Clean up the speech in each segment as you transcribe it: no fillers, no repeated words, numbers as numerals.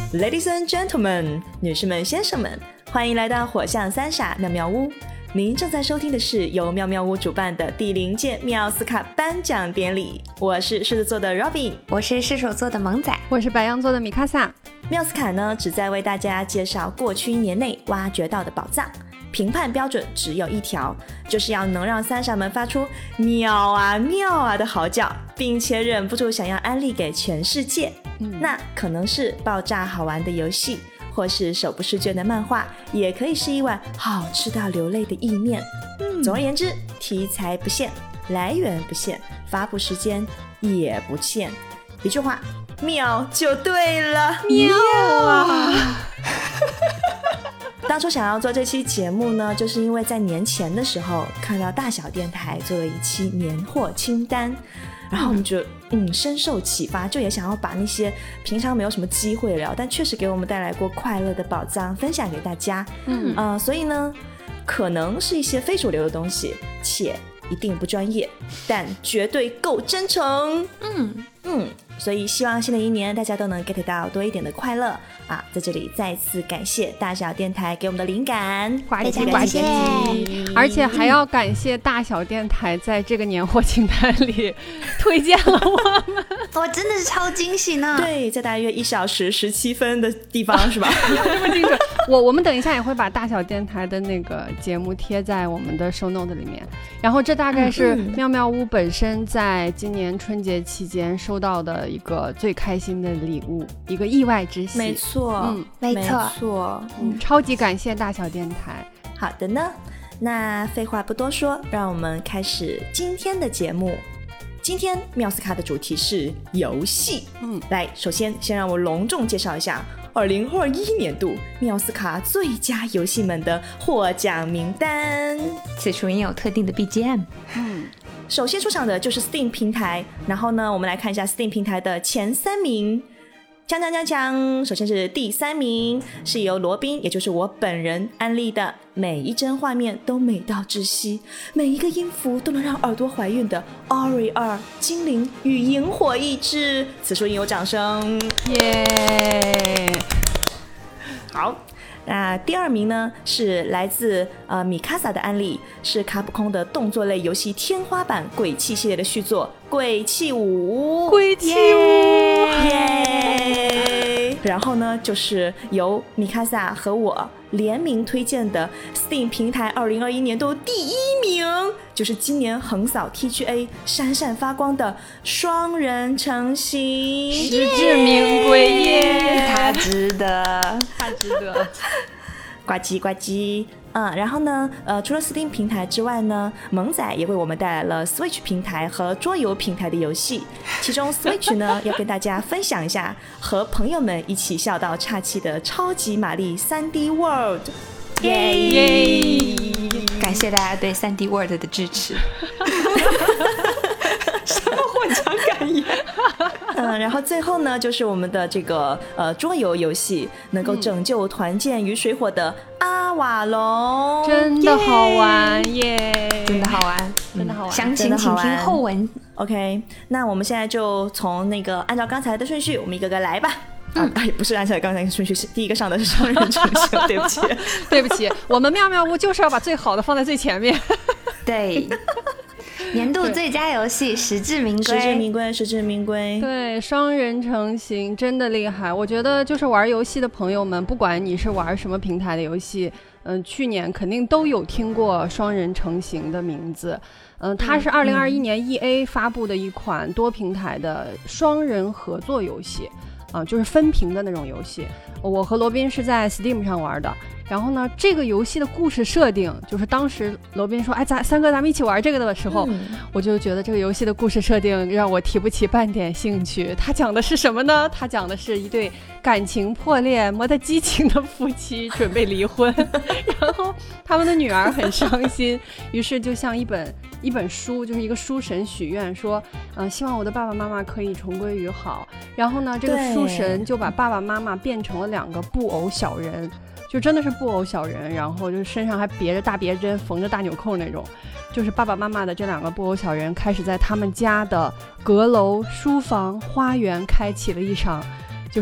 Ladies and gentlemen， 女士们先生们，欢迎来到火象三傻妙妙屋。您正在收听的是由妙妙屋主办的第0届妙奥斯卡颁奖典礼。我是狮子座的 Robin， 我是射手座的萌仔， 我是白羊座的米卡萨。 妙奥斯卡呢，旨在为大家介绍过去1年内挖掘到的宝藏。评判标准只有一条，就是要能让三傻们发出妙啊妙啊的嚎叫，并且忍不住想要安利给全世界。那可能是爆炸好玩的游戏，或是手不释卷的漫画，也可以是一碗好吃到流泪的意面。总而言之，题材不限，来源不限，发布时间也不限，一句话，妙就对了。 妙啊！ 当初想要做这期节目呢，就是因为在年前的时候看到大小电台做了一期年货清单，然后我们就深受启发，就也想要把那些平常没有什么机会聊，但确实给我们带来过快乐的宝藏分享给大家。所以呢，可能是一些非主流的东西，且一定不专业，但绝对够真诚。所以希望新的一年大家都能 get 到多一点的快乐啊！在这里再次感谢大小电台给我们的灵感， 呱唧呱唧，而且还要感谢大小电台在这个年货清单里推荐了我们。 我真的是超惊喜呢！ 对，在大约1小时17分的地方是吧？ 这么精准。我们等一下也会把大小电台的那个节目贴在我们的 show note 里面，然后这大概是妙妙屋本身在今年春节期间收到的一个最开心的礼物，一个意外之喜。 没错，没错， 超级感谢大小电台。 好的呢，那废话不多说，让我们开始今天的节目。今天妙斯卡的主题是游戏。来，首先先让我隆重介绍一下2021年度妙斯卡最佳游戏们的获奖名单。 此处应有特定的 BGM。 首先出场的就是 Steam 平台，然后呢，我们来看一下 Steam 平台的前3名。首先是第3名，是由罗宾，也就是我本人安利的，每一帧画面都美到窒息，每一个音符都能让耳朵怀孕的 Ori 2精灵与萤火意志，此处应有掌声。 耶！ 好，那第2名呢是来自米卡萨的安利，是卡普空的动作类游戏天花板鬼泣系列的续作鬼泣5。 鬼泣5， 耶！然后呢，就是由米卡萨和我联名推荐的 Steam 平台2021年度第1名，就是今年横扫 TGA 闪闪发光的双人成行， 实至名归耶！ 他值得， 他值得。 呱唧呱唧。然后呢，除了 Steam 平台之外呢，萌仔也为我们带来了 Switch 平台和桌游平台的游戏。其中 Switch 呢，要跟大家分享一下和朋友们一起笑到岔气的超级玛丽 3D World。 耶！感谢大家对 3D World 的支持。什么混场感言？ 然后最后呢，就是我们的这个桌游游戏，能够拯救团建与水火的阿瓦隆， 真的好玩耶！ 真的好玩， 真的好玩。 详情请听后文。 OK， 那我们现在就从那个按照刚才的顺序，我们一个个来吧。不是按照刚才的顺序，是第一个上的是双人成行，对不起， 对不起，我们妙妙屋就是要把最好的放在最前面。 对。年度最佳游戏实至名归， 实至名归。 对，双人成行真的厉害。我觉得就是玩游戏的朋友们，不管你是玩什么平台的游戏，去年肯定都有听过双人成行的名字。它是2021年 EA 发布的一款多平台的双人合作游戏。就是分屏的那种游戏。我和罗宾是在 Steam 上玩的，然后呢，这个游戏的故事设定，就是当时罗宾说，哎，三哥咱们一起玩这个的时候，我就觉得这个游戏的故事设定让我提不起半点兴趣。它讲的是什么呢？它讲的是一对感情破裂、没得激情的夫妻准备离婚，然后他们的女儿很伤心，于是就像一本书，就是一个书神许愿说，希望我的爸爸妈妈可以重归于好。然后呢，这个书神就把爸爸妈妈变成了2个布偶小人，就真的是布偶小人，然后就身上还别着大别针，缝着大纽扣那种。就是爸爸妈妈的这2个布偶小人开始在他们家的阁楼、书房、花园开启了一场就是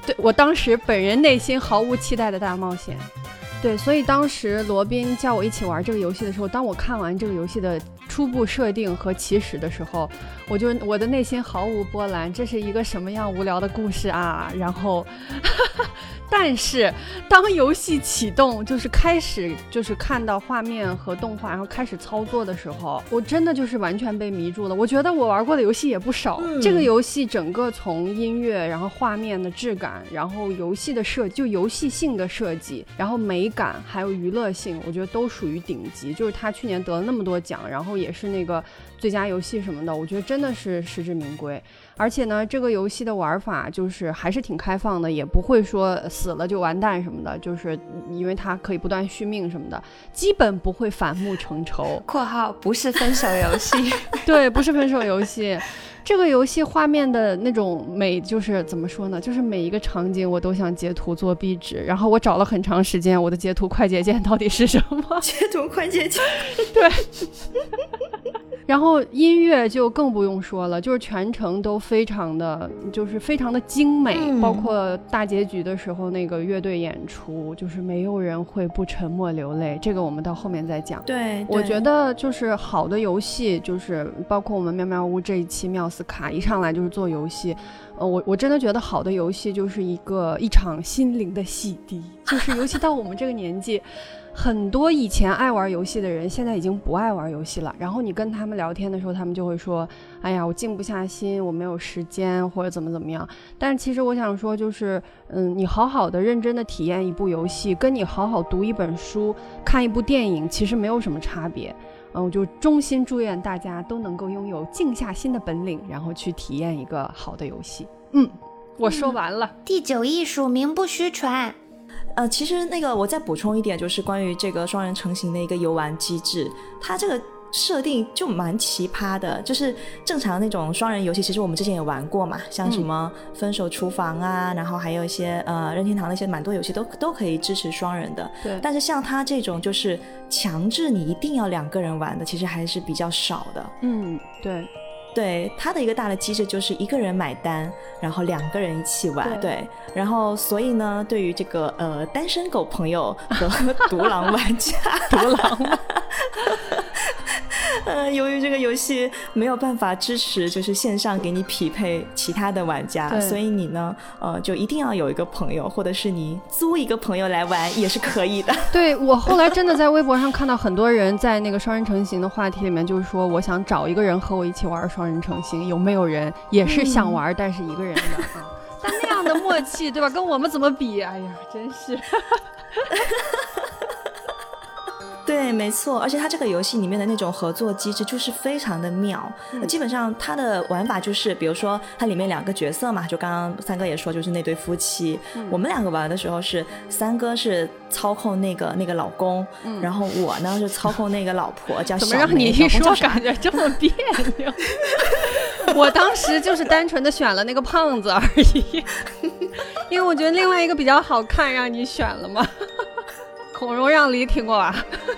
对，我当时本人内心毫无期待的大冒险。对，所以当时罗宾叫我一起玩这个游戏的时候，当我看完这个游戏的初步设定和起始的时候，我的内心毫无波澜，这是一个什么样无聊的故事啊？然后但是当游戏启动，就是开始就是看到画面和动画，然后开始操作的时候，我真的就是完全被迷住了。我觉得我玩过的游戏也不少，这个游戏整个从音乐，然后画面的质感，然后游戏的设计，就游戏性的设计，然后美感还有娱乐性，我觉得都属于顶级。就是他去年得了那么多奖，然后也是那个最佳游戏什么的，我觉得真的是实至名归。而且呢，这个游戏的玩法就是还是挺开放的，也不会说死了就完蛋什么的，就是因为它可以不断续命什么的，基本不会反目成仇。 括号不是分手游戏对，不是分手游戏。这个游戏画面的那种美，就是怎么说呢，就是每一个场景我都想截图做壁纸，然后我找了很长时间我的截图快捷键到底是什么。 截图快捷键对然后音乐就更不用说了，就是全程都非常的精美，包括大结局的时候那个乐队演出，就是没有人会不沉默流泪，这个我们到后面再讲。 对， 我觉得就是好的游戏，就是包括我们妙妙屋这一期妙斯卡一上来就是做游戏，我真的觉得好的游戏就是一场心灵的洗涤，就是尤其到我们这个年纪很多以前爱玩游戏的人现在已经不爱玩游戏了，然后你跟他们聊天的时候，他们就会说，哎呀，我静不下心，我没有时间，或者怎么样。但是其实我想说，就是你好好的认真的体验一部游戏，跟你好好读一本书看一部电影其实没有什么差别。我就衷心祝愿大家都能够拥有静下心的本领，然后去体验一个好的游戏。我说完了。 第9艺术名不虚传。 其实那个我再补充一点，就是关于这个双人成行的一个游玩机制，它这个设定就蛮奇葩的。就是正常那种双人游戏其实我们之前也玩过嘛，像什么分手厨房啊，然后还有一些任天堂那些蛮多游戏都可以支持双人的。 对， 但是像它这种就是强制你一定要2个人玩的，其实还是比较少的。对，它的一个大的机制就是1个人买单，然后2个人一起玩。 对，然后所以呢，对于这个单身狗朋友和独狼玩家由于这个游戏没有办法支持就是线上给你匹配其他的玩家，所以你呢就一定要有一个朋友，或者是你租一个朋友来玩也是可以的。 对，我后来真的在微博上看到很多人在那个双人成行的话题里面就是说，我想找一个人和我一起玩双人成行，有没有人也是想玩但是1个人的但那样的默契对吧，跟我们怎么比？哎呀，真是对，没错，而且它这个游戏里面的那种合作机制就是非常的妙。基本上它的玩法就是，比如说它里面2个角色嘛，就刚刚三哥也说，就是那对夫妻。我们2个玩的时候是三哥是操控那个老公，然后我呢是操控那个老婆，叫小梅。 怎么让你一说感觉这么别扭？我当时就是单纯的选了那个胖子而已，因为我觉得另外一个比较好看，让你选了嘛。孔融让梨听过吧？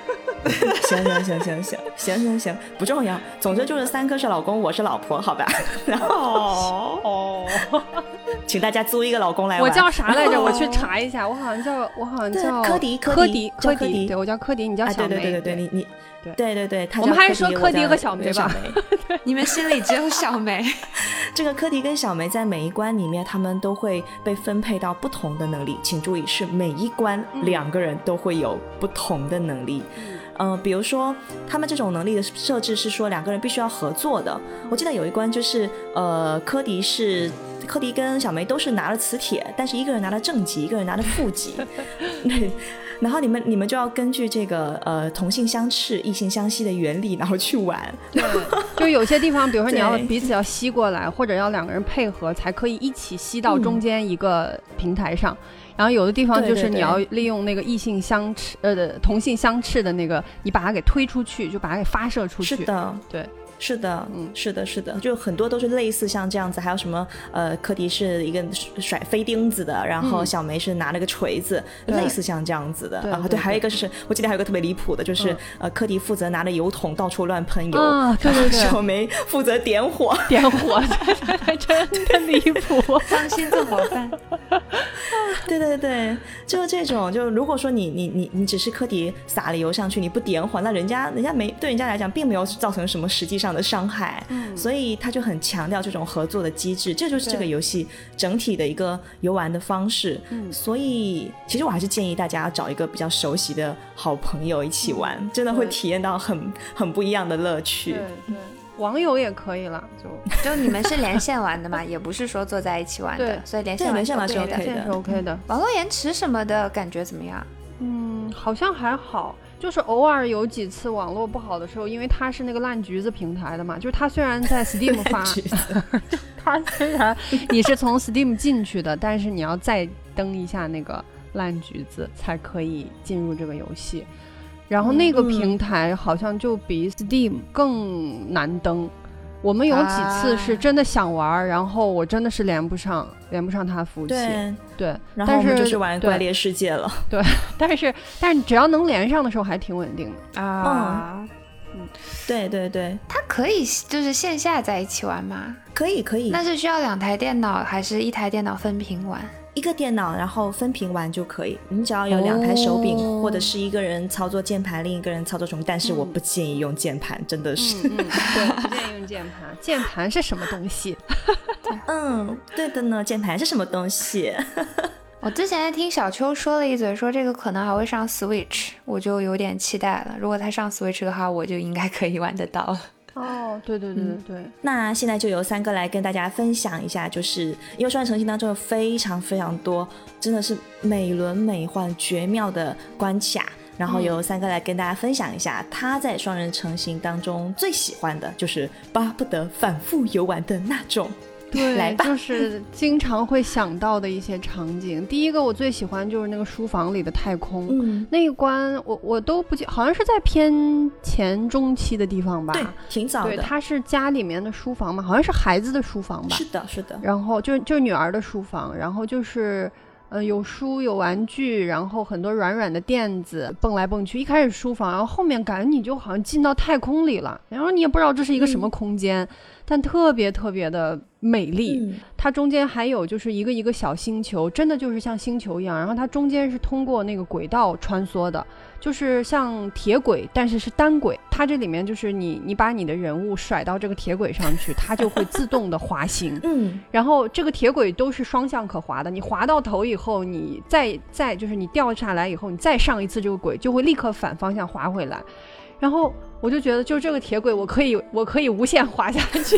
行，不重要。总之就是三哥是老公，我是老婆，好吧？然后请大家租一个老公来玩。 我叫啥来着？我去查一下。我好像叫柯迪。 对，我叫柯迪，你叫小梅。 对，你对， 我们还是说柯迪和小梅吧。 你们心里只有小梅。 这个柯迪跟小梅在每一关里面，他们都会被分配到不同的能力。请注意，是每一关2个人都会有不同的能力。比如说他们这种能力的设置是说2个人必须要合作的。我记得有一关就是柯迪跟小梅都是拿了磁铁，但是1个人拿了正极，1个人拿了负极。然后你们就要根据这个同性相斥异性相吸的原理然后去玩。 对，就有些地方比如说你要彼此要吸过来，或者要2个人配合才可以一起吸到中间一个平台上。然后有的地方就是你要利用那个异性相斥同性相斥的那个，你把它给推出去，就把它给发射出去。 是的， 对， 是的，是的，是的，就很多都是类似像这样子，还有什么柯迪是一个甩飞钉子的，然后小梅是拿了个锤子，类似像这样子的。然后对，还有一个是我记得还有一个特别离谱的，就是柯迪负责拿着油桶到处乱喷油， 对对对， 小梅负责点火， 对，真的离谱， 当心做伙伴。 对对对，就这种，就如果说你只是柯迪撒了油上去，你不点火，那人家没对人家来讲并没有造成什么实际上的伤害，所以他就很强调这种合作的机制，这就是这个游戏整体的一个游玩的方式。所以其实我还是建议大家找一个比较熟悉的好朋友一起玩，真的会体验到很不一样的乐趣。 对对，网友也可以了， 就你们是连线玩的嘛，也不是说坐在一起玩的，所以连线玩是 OK 的。 网络延迟什么的感觉怎么样？ 好像还好，就是偶尔有几次网络不好的时候，因为它是那个烂橘子平台的嘛，就是它虽然在 Steam 发它虽然你是从 Steam 进去的，但是你要再登一下那个烂橘子才可以进入这个游戏，然后那个平台好像就比 Steam 更难登。我们有几次是真的想玩，然后我真的是连不上它服务器。对， 然后我们就是玩怪猎世界了。 对，但是只要能连上的时候还挺稳定的啊。 对对对， 它可以就是线下在一起玩吗？ 可以。 那是需要2台电脑还是1台电脑分屏玩？ 一个电脑然后分屏玩就可以，你只要有2台手柄，或者是一个人操作键盘，另一个人操作什么，但是我不建议用键盘，真的是。 对，不建议用键盘。键盘是什么东西？ 对的呢，键盘是什么东西？ 我之前听小秋说了一嘴，说这个可能还会上 Switch， 我就有点期待了。如果它上 Switch 的话，我就应该可以玩得到了。 对。 那现在就由三哥来跟大家分享一下，就是因为双人成行当中有非常非常多真的是美轮美奂绝妙的关卡，然后由三哥来跟大家分享一下他在双人成行当中最喜欢的，就是巴不得反复游玩的那种。 对， 来吧， 就是经常会想到的一些场景。第一个我最喜欢就是那个书房里的太空，那一关我都不记，好像是在偏前中期的地方吧？ 对，挺早的。 对，它是家里面的书房嘛，好像是孩子的书房吧？ 是的。 然后就是女儿的书房，然后就是有书有玩具，然后很多软软的垫子蹦来蹦去。一开始书房，然后后面感觉你就好像进到太空里了，然后你也不知道这是一个什么空间，但特别特别的美丽。它中间还有就是一个一个小星球，真的就是像星球一样，然后它中间是通过那个轨道穿梭的，就是像铁轨，但是是单轨。它这里面就是你把你的人物甩到这个铁轨上去，它就会自动的滑行。然后这个铁轨都是双向可滑的，你滑到头以后，你再就是你掉下来以后，你再上一次这个轨，就会立刻反方向滑回来。然后我就觉得，就这个铁轨，我可以无限滑下去。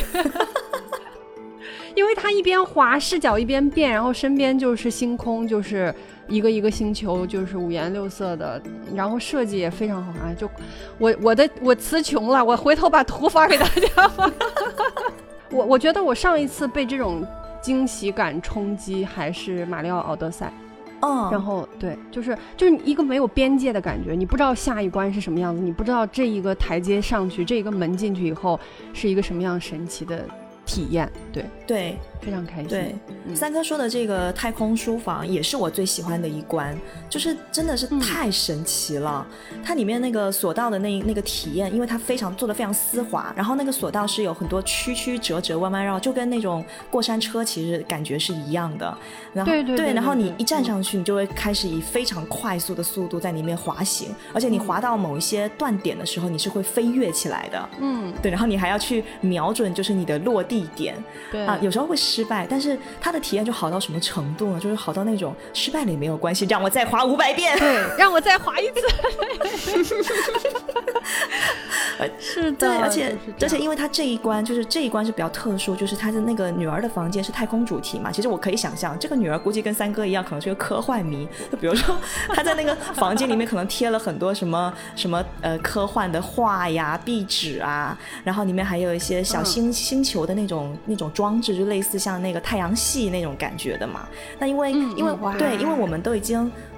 因为它一边滑视角一边变，然后身边就是星空，就是一个一个星球，就是五颜六色的，然后设计也非常好看。就我词穷了，我回头把图发给大家吧。我觉得我上一次被这种惊喜感冲击还是马里奥奥德赛。然后对，就是一个没有边界的感觉，你不知道下一关是什么样子，你不知道这一个台阶上去，这一个门进去以后是一个什么样神奇的体验。对，非常开心。 对，三哥说的这个太空书房也是我最喜欢的一关，就是真的是太神奇了。它里面那个索道的那个体验，因为它做得非常丝滑，然后那个索道是有很多曲曲折折弯弯绕，就跟那种过山车其实感觉是一样的。然后对，然后你一站上去，你就会开始以非常快速的速度在里面滑行，而且你滑到某一些断点的时候，你是会飞跃起来的。对，然后你还要去瞄准就是你的落地点。对有时候会失败，但是它的体验就好到什么程度呢？就是好到那种失败了也没有关系，让我再滑500遍， 对，让我再滑一次。是的， 对，而且因为它这一关是比较特殊，就是它的那个女儿的房间是太空主题嘛。其实我可以想象，这个女儿估计跟三哥一样，可能是个科幻迷。就比如说，她在那个房间里面可能贴了很多什么科幻的画呀、壁纸啊，然后里面还有一些小星球的那种装置，就类似像那个太阳系那种感觉的嘛。那因为我们都已经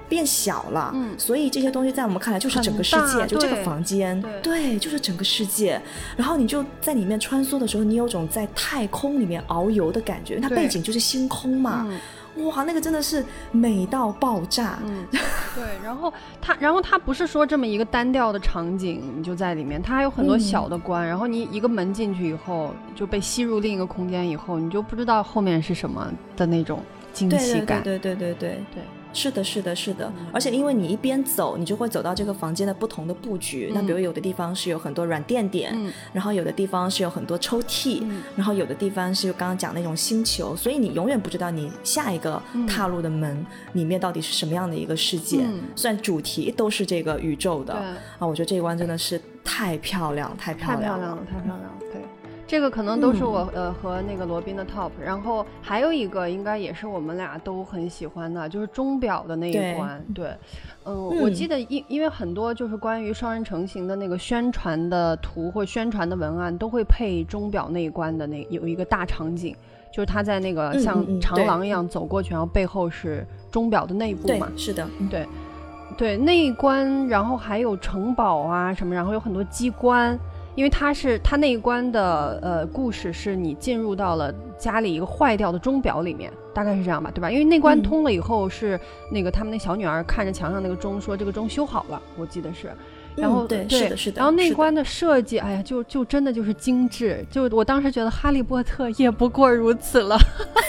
变小了，所以这些东西在我们看来就是整个世界，就这个房间，对，就是整个世界。然后你就在里面穿梭的时候，你有种在太空里面遨游的感觉，它背景就是星空嘛。哇，那个真的是美到爆炸。 对，然后它不是说这么一个单调的场景你就在里面，它还有很多小的关，然后你一个门进去以后就被吸入另一个空间以后，你就不知道后面是什么的那种惊喜感。 对，是的，而且因为你一边走，你就会走到这个房间的不同的布局。那比如有的地方是有很多软垫点，然后有的地方是有很多抽屉，然后有的地方是刚刚讲那种星球，所以你永远不知道你下一个踏入的门里面到底是什么样的一个世界。虽然主题都是这个宇宙的我觉得这一关真的是太漂亮了。 对。这个可能都是我和那个罗宾的 top， 然后还有一个应该也是我们俩都很喜欢的，就是钟表的那一关。对，我记得因为很多就是关于双人成行的那个宣传的图或宣传的文案都会配钟表那一关的有一个大场景，就是他在那个像长廊一样走过去，然后背后是钟表的内部嘛。 是的， 对那一关，然后还有城堡啊什么，然后有很多机关。因为他那一关的故事是你进入到了家里一个坏掉的钟表里面，大概是这样吧，对吧？因为那关通了以后是那个他们那小女儿看着墙上那个钟说这个钟修好了，我记得是。然后对，是的。 然后那关的设计，哎呀，就真的就是精致，就我当时觉得哈利波特也不过如此了。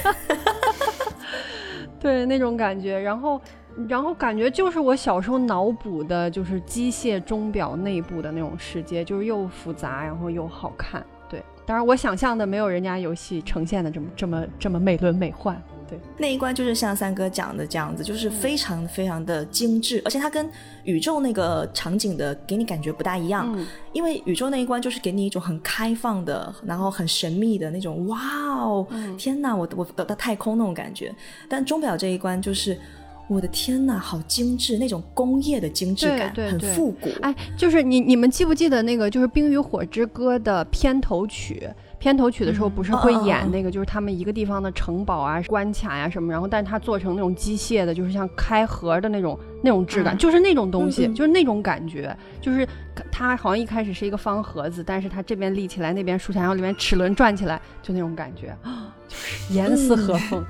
对，那种感觉。然后感觉就是我小时候脑补的就是机械钟表内部的那种世界，就是又复杂然后又好看。对，当然我想象的没有人家游戏呈现的这么美轮美奂。对， 那一关就是像三哥讲的这样子，就是非常非常的精致，而且它跟宇宙那个场景的给你感觉不大一样。因为宇宙那一关就是给你一种很开放的，然后很神秘的那种，哇哦，天哪，我到太空那种感觉。但钟表这一关就是我的天哪，好精致，那种工业的精致感，很复古。 哎，就是你们记不记得那个就是《冰与火之歌》的片头曲的时候，不是会演那个就是他们一个地方的城堡啊、关卡呀什么，然后但是它做成那种机械的，就是像开盒的那种质感，就是那种东西，就是那种感觉，就是它好像一开始是一个方盒子，但是它这边立起来，那边竖起来，然后里面齿轮转起来，就那种感觉，就是严丝合缝。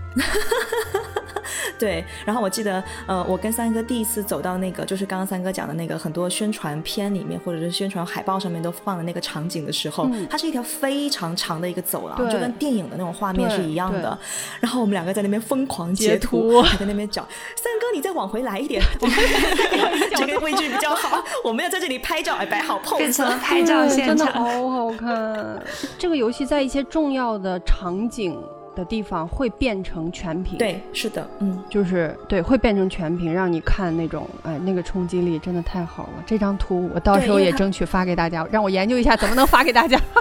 对，然后我记得我跟三哥第一次走到那个就是刚刚三哥讲的那个很多宣传片里面或者是宣传海报上面都放的那个场景的时候，它是一条非常长的一个走廊，就跟电影的那种画面是一样的。然后我们两个在那边疯狂截图，还在那边找三哥你再往回来一点，这个位置比较好，我们要在这里拍照，摆好 pose， 变成了拍照现场， 真的好好看。这个游戏在一些重要的场景的地方会变成全屏。 对，是的， 就是对，会变成全屏，让你看那种那个冲击力真的太好了。这张图我到时候也争取发给大家，让我研究一下怎么能发给大家。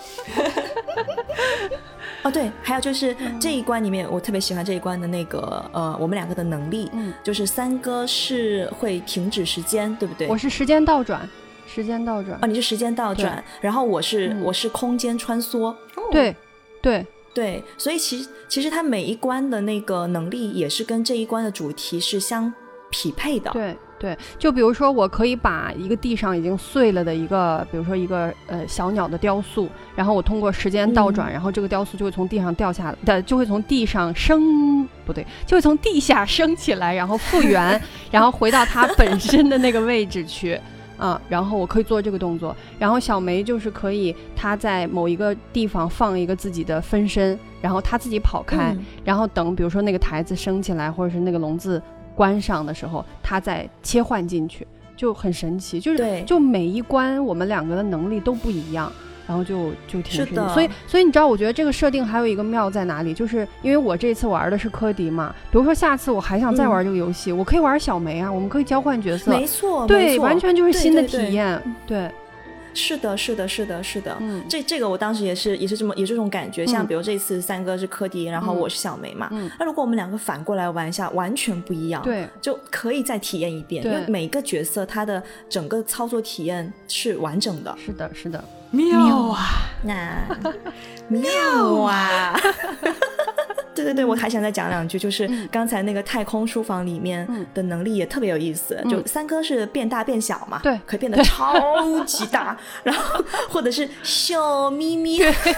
对，还有就是这一关里面我特别喜欢这一关的那个我们两个的能力，就是三哥是会停止时间，对不对？ 我是时间倒转。 你是时间倒转，然后我是空间穿梭。对，所以其实它每一关的那个能力也是跟这一关的主题是相匹配的。 对，就比如说我可以把一个地上已经碎了的一个，比如说一个小鸟的雕塑，然后我通过时间倒转，然后这个雕塑就会从地上掉下来，就会从地上就会从地下升起来，然后复原，然后回到它本身的那个位置去。然后我可以做这个动作，然后小梅就是可以她在某一个地方放一个自己的分身，然后她自己跑开，然后等比如说那个台子升起来或者是那个笼子关上的时候，她再切换进去，就很神奇。就每一关我们两个的能力都不一样，然后就挺神奇。所以你知道我觉得这个设定还有一个妙在哪里，就是因为我这次玩的是柯迪嘛，比如说下次我还想再玩这个游戏，我可以玩小梅啊，我们可以交换角色。 没错， 对，完全就是新的体验。对， 是的。这个我当时也是这种感觉。像比如这次三哥是柯迪，然后我是小梅嘛，那如果我们两个反过来玩一下，完全不一样。对，就可以再体验一遍，因为每个角色它的整个操作体验是完整的。 是的。妙啊！ 那妙啊！对， 对对，我还想再讲两句，就是刚才那个太空书房里面的能力也特别有意思，就三哥是变大变小嘛， 对， 可以变得超级大，然后或者是小咪咪，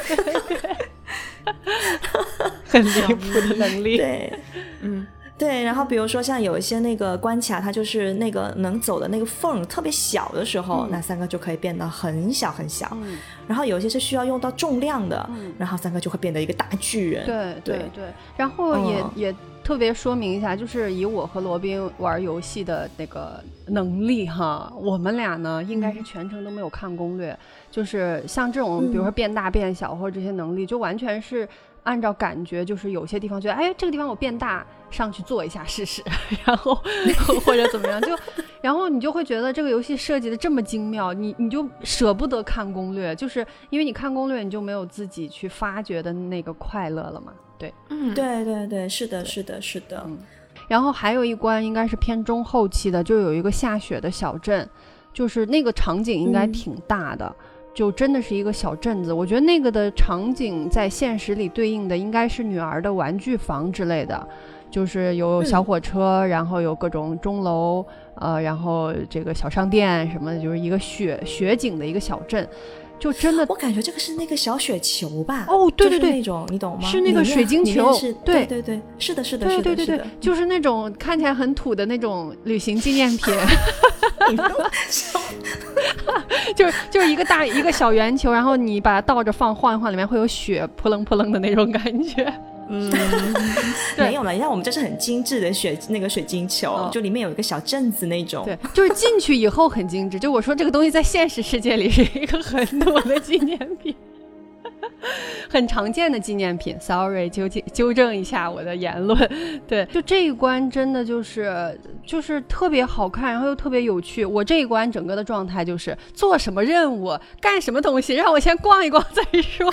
很离谱的能力。 对，对，然后比如说像有一些那个关卡，它就是那个能走的那个缝特别小的时候，那三哥就可以变得很小很小。然后有些是需要用到重量的，然后三哥就会变得一个大巨人。 对对对，然后也特别说明一下，就是以我和罗宾玩游戏的那个能力哈，我们俩呢应该是全程都没有看攻略，就是像这种比如说变大变小或者这些能力，就完全是按照感觉，就是有些地方觉得哎这个地方我变大上去做一下试试，然后或者怎么样，然后你就会觉得这个游戏设计的这么精妙，你就舍不得看攻略，就是因为你看攻略你就没有自己去发掘的那个快乐了嘛。对， 对对对，是的是的是的。 然后还有一关应该是偏中后期的，就有一个下雪的小镇，就是那个场景应该挺大的，就真的是一个小镇子。我觉得那个的场景在现实里对应的应该是女儿的玩具房之类的，就是有小火车，然后有各种钟楼，然后这个小商店什么的，就是一个雪景的一个小镇。就真的， 我感觉这个是那个小雪球吧？ 哦，对对对， 就是那种你懂吗？ 是那个水晶球， 对对对，是的，是的， 对对对对， 是的， 就是那种看起来很土的那种旅行纪念品，就是一个小圆球，然后你把它倒着放，晃一晃，里面会有雪扑棱扑棱的那种感觉。 没有了，你看我们这是很精致的那个水晶球，就里面有一个小镇子那种。 对，就是进去以后很精致。就我说这个东西在现实世界里是一个很土的纪念品，很常见的纪念品。Sorry， 纠正一下我的言论。对，就这一关真的就是特别好看，然后又特别有趣。我这一关整个的状态就是做什么任务，干什么东西，让我先逛一逛再说。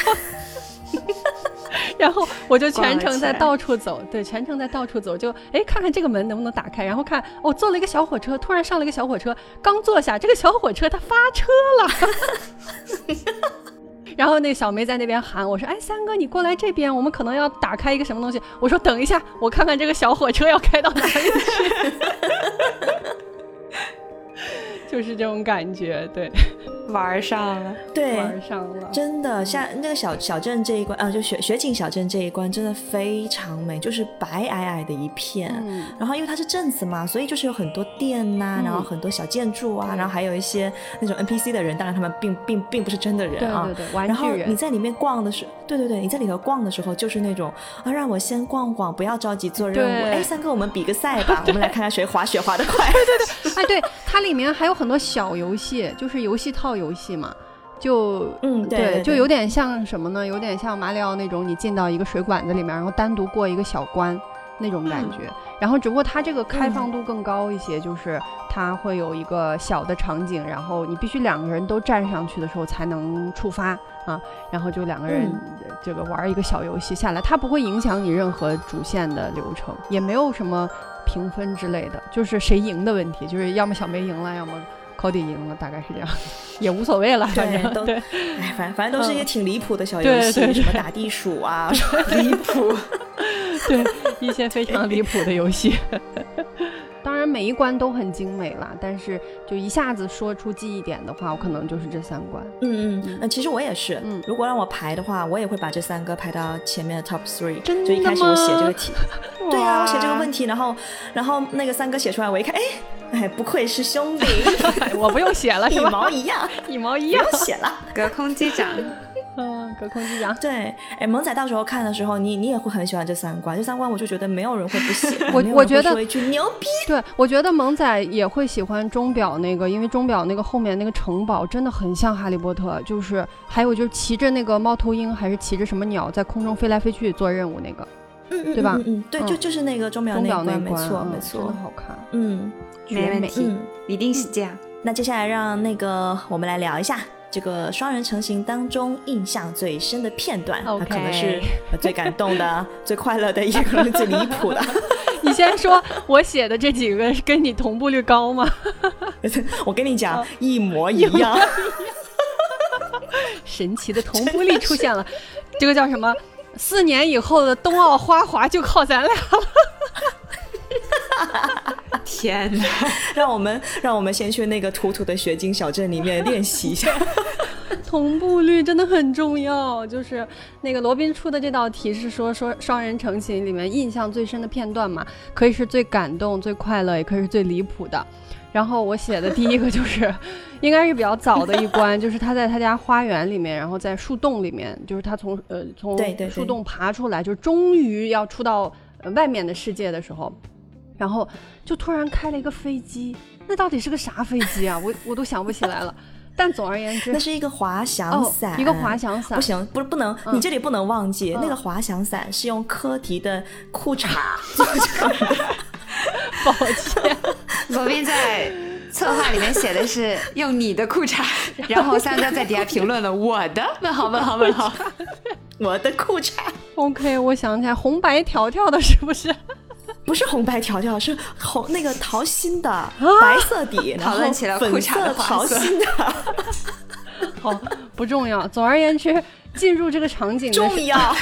然后我就全程在到处走，对，全程在到处走，就看看这个门能不能打开，然后看坐了一个小火车，突然上了一个小火车，刚坐下，这个小火车它发车了。然后那个小梅在那边喊我说三哥你过来这边，我们可能要打开一个什么东西。我说等一下，我看看这个小火车要开到哪里去。就是这种感觉，对， 玩上了， 对， 玩上了， 真的。像那个小镇这一关就雪景小镇这一关真的非常美，就是白皑皑的一片，然后因为它是镇子嘛，所以就是有很多店呐，然后很多小建筑啊，然后还有一些那种 NPC 的人，当然他们并不是真的人啊， 对对对，玩具人。 然后你在里面逛的时候，对对对，你在里头逛的时候就是那种让我先逛逛，不要着急做任务。三哥我们比个赛吧，我们来看看谁滑雪滑得快。 对对对，对，它里面还有很多小游戏，就是游戏套游戏嘛，对，就有点像什么呢？有点像马里奥那种，你进到一个水管子里面，然后单独过一个小关那种感觉。然后只不过它这个开放度更高一些，就是它会有一个小的场景，然后你必须两个人都站上去的时候才能触发啊，然后就两个人这个玩一个小游戏下来，它不会影响你任何主线的流程，也没有什么评分之类的，就是谁赢的问题，就是要么小梅赢了，要么Cody赢了，大概是这样，也无所谓了，反正对， 反正都是一些挺离谱的小游戏， 对， 什么打地鼠啊，什么离谱， 对，一些非常离谱的游戏。当然每一关都很精美啦，但是就一下子说出记忆点的话，我可能就是这3关。 其实我也是，如果让我排的话，我也会把这3个排到前面的 top 3。 真的吗？ 就一开始我写这个题，对啊，我写这个问题，然后那个3个写出来，我一看，不愧是兄弟， 我不用写了，是吧？ 一毛一样， 一模一样， 不用写了， 隔空击掌。 隔空击掌。 对，萌仔到时候看的时候，你也会很喜欢这3关。这3关我就觉得没有人会不喜欢， 我觉得说一句牛逼。 对，我觉得萌仔也会喜欢钟表那个，因为钟表那个后面那个城堡真的很像哈利波特，就是还有就是骑着那个猫头鹰还是骑着什么鸟在空中飞来飞去做任务那个，对吧？ 对，就是那个钟表那关，没错没错， 真的好看， 没问题，一定是这样。 那接下来让我们来聊一下这个双人成行当中印象最深的片段，它可能是最感动的、最快乐的，也可能是最离谱的。 你先说，我写的这几个跟你同步率高吗？ 我跟你讲，一模一样。 神奇的同步率出现了，这个叫什么？ 4年以后的冬奥花滑就靠咱俩了。 天哪！ 让我们先去那个土土的雪景小镇里面练习一下。 同步率真的很重要，就是那个罗宾出的这道题是说双人成行里面印象最深的片段嘛，可以是最感动、最快乐，也可以是最离谱的。然后我写的第一个就是应该是比较早的一关，就是他在他家花园里面，然后在树洞里面，就是他从树洞爬出来，就终于要出到外面的世界的时候，然后就突然开了一个飞机，那到底是个啥飞机啊？我都想不起来了。但总而言之， 那是一个滑翔伞， 一个滑翔伞。 不行，不能，你这里不能忘记，那个滑翔伞是用柯迪的裤衩做成的。 抱歉， 罗宾在策划里面写的是用你的裤衩，然后三哥在底下评论了我的问号， 我的裤衩。 OK， 我想起来红白条条的是不是？ 不是红白条条，是那个桃心的白色底，然后粉色桃心的。 好，不重要。总而言之，进入这个场景的重要。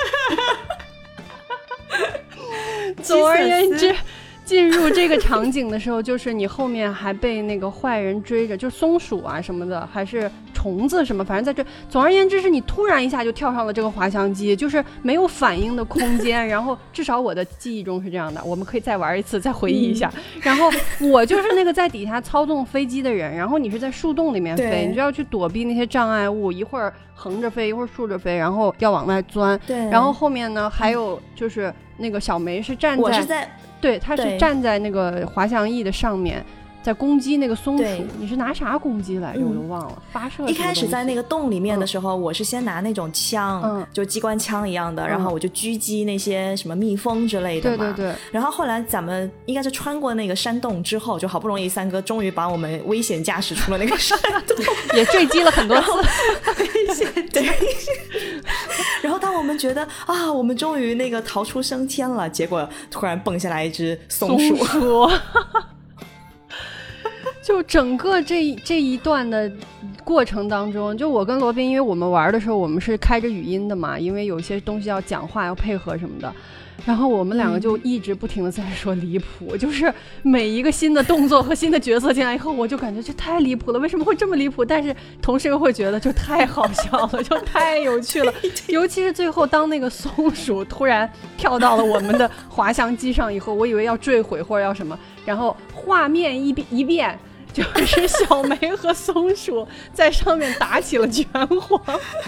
总而言之，进入这个场景的时候，就是你后面还被那个坏人追着，就松鼠啊什么的，还是虫子什么，反正在这。总而言之，是你突然一下就跳上了这个滑翔机，就是没有反应的空间。然后至少我的记忆中是这样的，我们可以再玩一次，再回忆一下。然后我就是那个在底下操纵飞机的人，然后你是在树洞里面飞，你就要去躲避那些障碍物，一会儿横着飞，一会儿竖着飞，然后要往外钻。 对。 然后后面呢，还有就是那个小梅是站在， 我是在。 对，他是站在那个滑翔翼的上面，在攻击那个松鼠。你是拿啥攻击来着？我都忘了。发射。 一开始在那个洞里面的时候，我是先拿那种枪，就机关枪一样的，然后我就狙击那些什么蜜蜂之类的嘛。 对。 然后后来咱们应该是穿过那个山洞之后，就好不容易三哥终于把我们危险驾驶出了那个山洞， 也坠机了很多次。 危险。对。然后当我们觉得啊，我们终于那个逃出升天了，结果突然蹦下来一只松鼠。 就整个这一段的过程当中，就我跟罗宾，因为我们玩的时候我们是开着语音的嘛，因为有些东西要讲话要配合什么的，然后我们两个就一直不停的在说离谱，就是每一个新的动作和新的角色进来以后，我就感觉这太离谱了，为什么会这么离谱？但是同时又会觉得就太好笑了，就太有趣了。尤其是最后当那个松鼠突然跳到了我们的滑翔机上以后，我以为要坠毁或者要什么，然后画面一变。就是小梅和松鼠在上面打起了拳皇。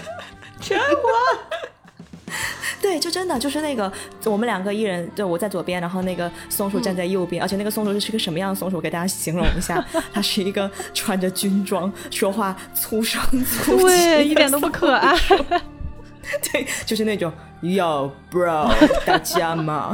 对，就真的就是那个我们两个一人，就我在左边，然后那个松鼠站在右边，而且那个松鼠是个什么样的松鼠？我给大家形容一下，它是一个穿着军装、说话粗声粗气， 对，一点都不可爱。 对，就是那种 Yo bro， 大家嘛。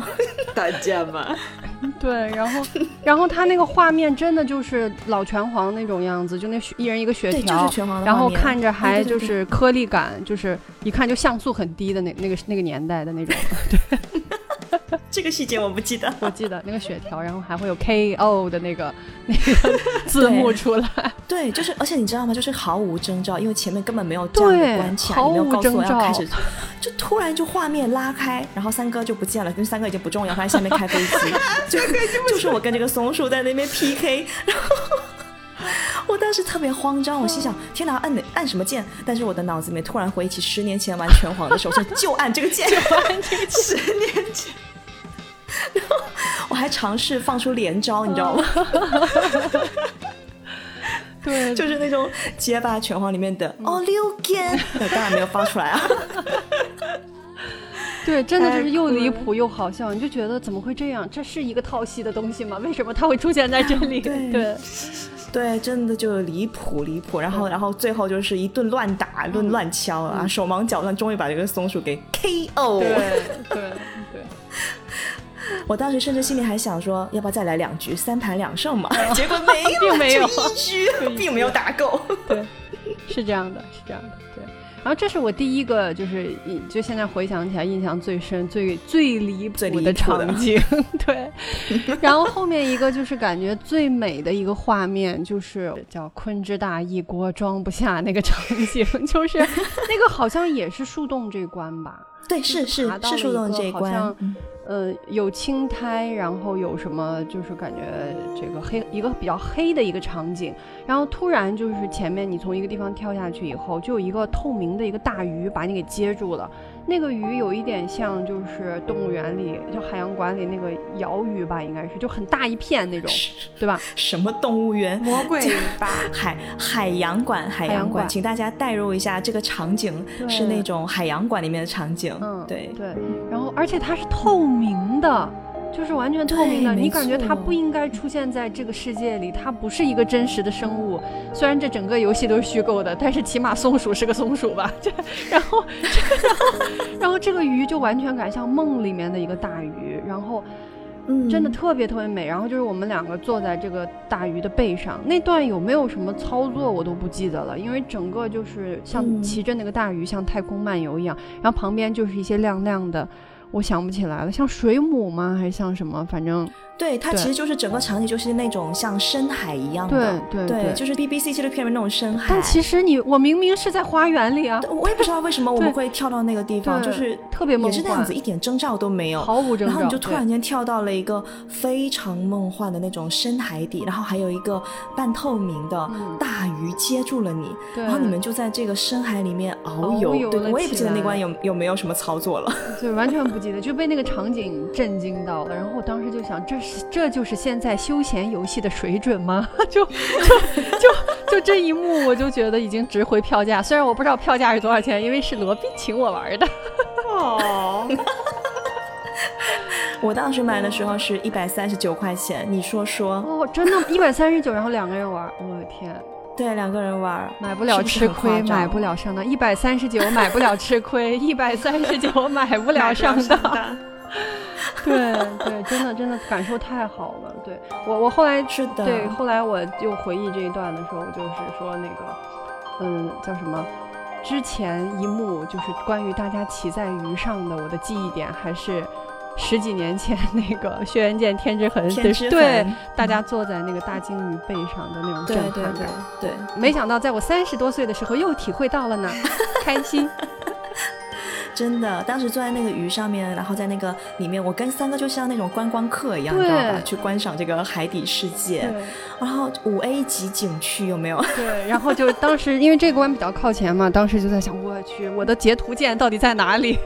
对，然后他那个画面真的就是老拳皇那种样子，就那一人一个血条， 就是拳皇的然后看着还就是颗粒感，就是一看就像素很低的那个年代的那种。对。 这个细节我不记得， 我记得那个血条，然后还会有 KO 的那个字幕出来。 对，就是而且你知道吗？就是毫无征兆，因为前面根本没有这样的关卡，也没有告诉我要开始，就突然就画面拉开，然后三哥就不见了，因为三哥已经不重要，他在下面开飞机，就是我跟这个松鼠在那边 PK， 然后。我当时特别慌张，我心想天哪，按什么键？但是我的脑子里面突然回忆起10年前玩拳皇的时候，就按这个键，就按这个10年前。然后我还尝试放出连招，你知道吗？ 对， 就是那种街霸拳皇里面的溜肩，当然没有发出来啊。 对，真的就是又离谱又好笑，你就觉得怎么会这样？这是一个套系的东西吗？为什么它会出现在这里？ 对，真的就离谱，然后最后就是一顿乱打、乱敲啊，手忙脚乱，终于把这个松鼠给 KO。 对。 我当时甚至心里还想说，要不要再来2局，3盘2胜嘛？结果并没有 1局，并没有打够。 对，是这样的。对。 然后这是我第一个就现在回想起来印象最深最离谱的场景对。然后后面一个就是感觉最美的一个画面，就是叫昆之大一锅装不下那个场景，就是那个好像也是树洞这关吧。 对，是树洞这一关， 有青苔，然后有什么就是感觉这个一个比较黑的一个场景，然后突然就是前面你从一个地方跳下去以后，就有一个透明的一个大鱼把你给接住了。那个鱼有一点像就是动物园里就海洋馆里那个鳐鱼吧，应该是就很大一片那种，对吧？ 什么动物园？ 魔鬼鱼吧？ 海洋馆，请大家代入一下这个场景是那种海洋馆里面的场景。对。 然后而且它是透明的，就是完全透明的，你感觉它不应该出现在这个世界里，它不是一个真实的生物。虽然这整个游戏都是虚构的，但是起码松鼠是个松鼠吧。然后这个鱼就完全感像梦里面的一个大鱼，然后真的特别特别美。然后就是我们两个坐在这个大鱼的背上，那段有没有什么操作我都不记得了，因为整个就是像骑着那个大鱼像太空漫游一样，然后旁边就是一些亮亮的，我想不起来了，像水母吗还是像什么，反正对，它其实就是整个场景就是那种像深海一样的，对，就是 BBC 纪录片里面那种深海。 但其实我明明是在花园里啊， 我也不知道为什么我们会跳到那个地方，就是特别梦幻， 也是那样子，一点征兆都没有， 毫无征兆。 然后你就突然间跳到了一个非常梦幻的那种深海底，然后还有一个半透明的大鱼接住了你，然后你们就在这个深海里面遨游。对，我也不记得那关有没有什么操作了， 对，完全不记得，就被那个场景震惊到了。然后我当时就想，这就是现在休闲游戏的水准吗？就这一幕，我就觉得已经值回票价。虽然我不知道票价是多少钱，因为是罗宾请我玩的。 哦， 我当时买的时候是139块钱，你说哦，真的139，然后2个人玩，我的天！ 对，2个人玩， 买不了吃亏，买不了上当。139买不了吃亏，139买不了上当。对，真的感受太好了。对，我后来是的， 对，后来我就回忆这一段的时候，就是说那个叫什么，之前一幕就是关于大家骑在鱼上的，我的记忆点还是10几年前那个《轩辕剑天之痕》，对，大家坐在那个大鲸鱼背上的那种震撼感。 对， 没想到在我30多岁的时候又体会到了呢，开心。 真的，当时坐在那个鱼上面，然后在那个里面，我跟三哥就像那种观光客一样，你知道吧？去观赏这个海底世界，然后5A 级景区有没有？ 对，然后就当时因为这个关比较靠前嘛，当时就在想，我去，我的截图键到底在哪里？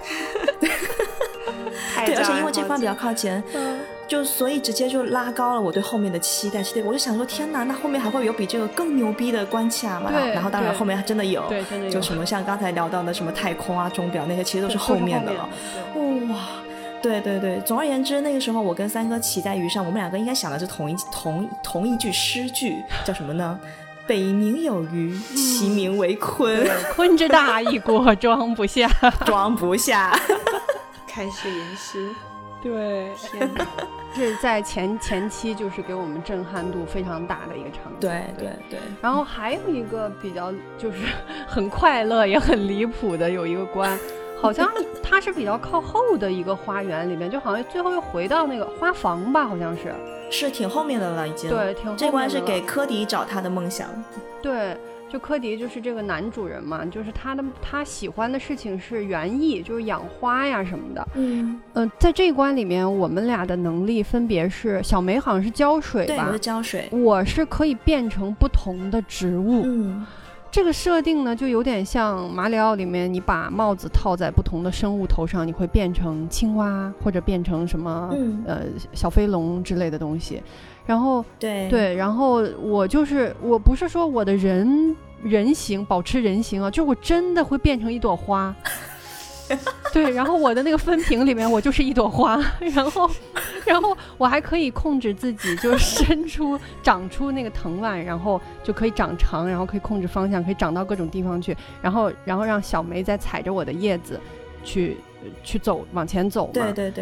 对，而且因为这关比较靠前，就所以直接就拉高了我对后面的期待。我就想说，天哪，那后面还会有比这个更牛逼的关卡吗？然后当然后面还真的有， 对，真的有， 就什么像刚才聊到的什么太空啊、钟表那些，其实都是后面的了。哇，对，总而言之，那个时候我跟三哥骑在鱼上，我们两个应该想的是同一句诗句，叫什么呢？北冥有鱼，其名为鲲。 鲲之大，一锅装不下， 装不下。 开始吟诗。 对，天哪，是在前期就是给我们震撼度非常大的一个场景。 对。 然后还有一个比较就是很快乐也很离谱的有一个关，好像它是比较靠后的一个花园里面，就好像最后又回到那个花房吧，好像是挺后面的了已经。 对，挺后面的了。 这关是给柯迪找他的梦想。 对。就柯迪就是这个男主人嘛，就是他喜欢的事情是园艺，就是养花呀什么的。在这一关里面，我们俩的能力分别是，小梅好像是浇水吧， 对，我是浇水， 我是可以变成不同的植物。这个设定呢，就有点像马里奥里面，你把帽子套在不同的生物头上，你会变成青蛙或者变成什么小飞龙之类的东西。然后对，然后我不是说我的人形保持人形啊，就我真的会变成一朵花。对，然后我的那个分屏里面我就是一朵花，然后我还可以控制自己就长出那个藤蔓，然后就可以长长，然后可以控制方向，可以长到各种地方去，然后让小梅再踩着我的叶子去走往前走嘛。 对，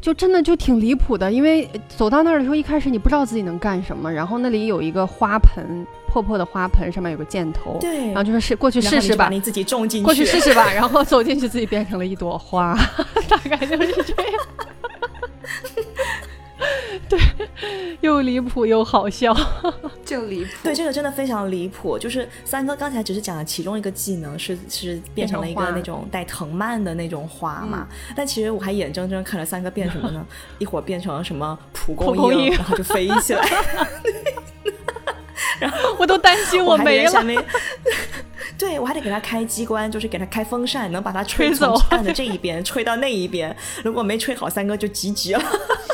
就真的就挺离谱的，因为走到那儿的时候，一开始你不知道自己能干什么，然后那里有一个花盆，破破的花盆，上面有个箭头， 对， 然后就说过去试试吧， 你自己种进去， 过去试试吧，然后走进去自己变成了一朵花，大概就是这样。对，又离谱又好笑， 就离谱。 对，这个真的非常离谱。就是三哥刚才只是讲了其中一个技能是变成了一个那种带藤蔓的那种花嘛，但其实我还眼睁睁看着三哥变什么呢？一会儿变成了什么蒲公英，然后就飞起来。然后我都担心我没了。 对，我还得给他开机关，就是给他开风扇，能把他吹从岸的这一边吹到那一边。如果没吹好，三哥就GG了。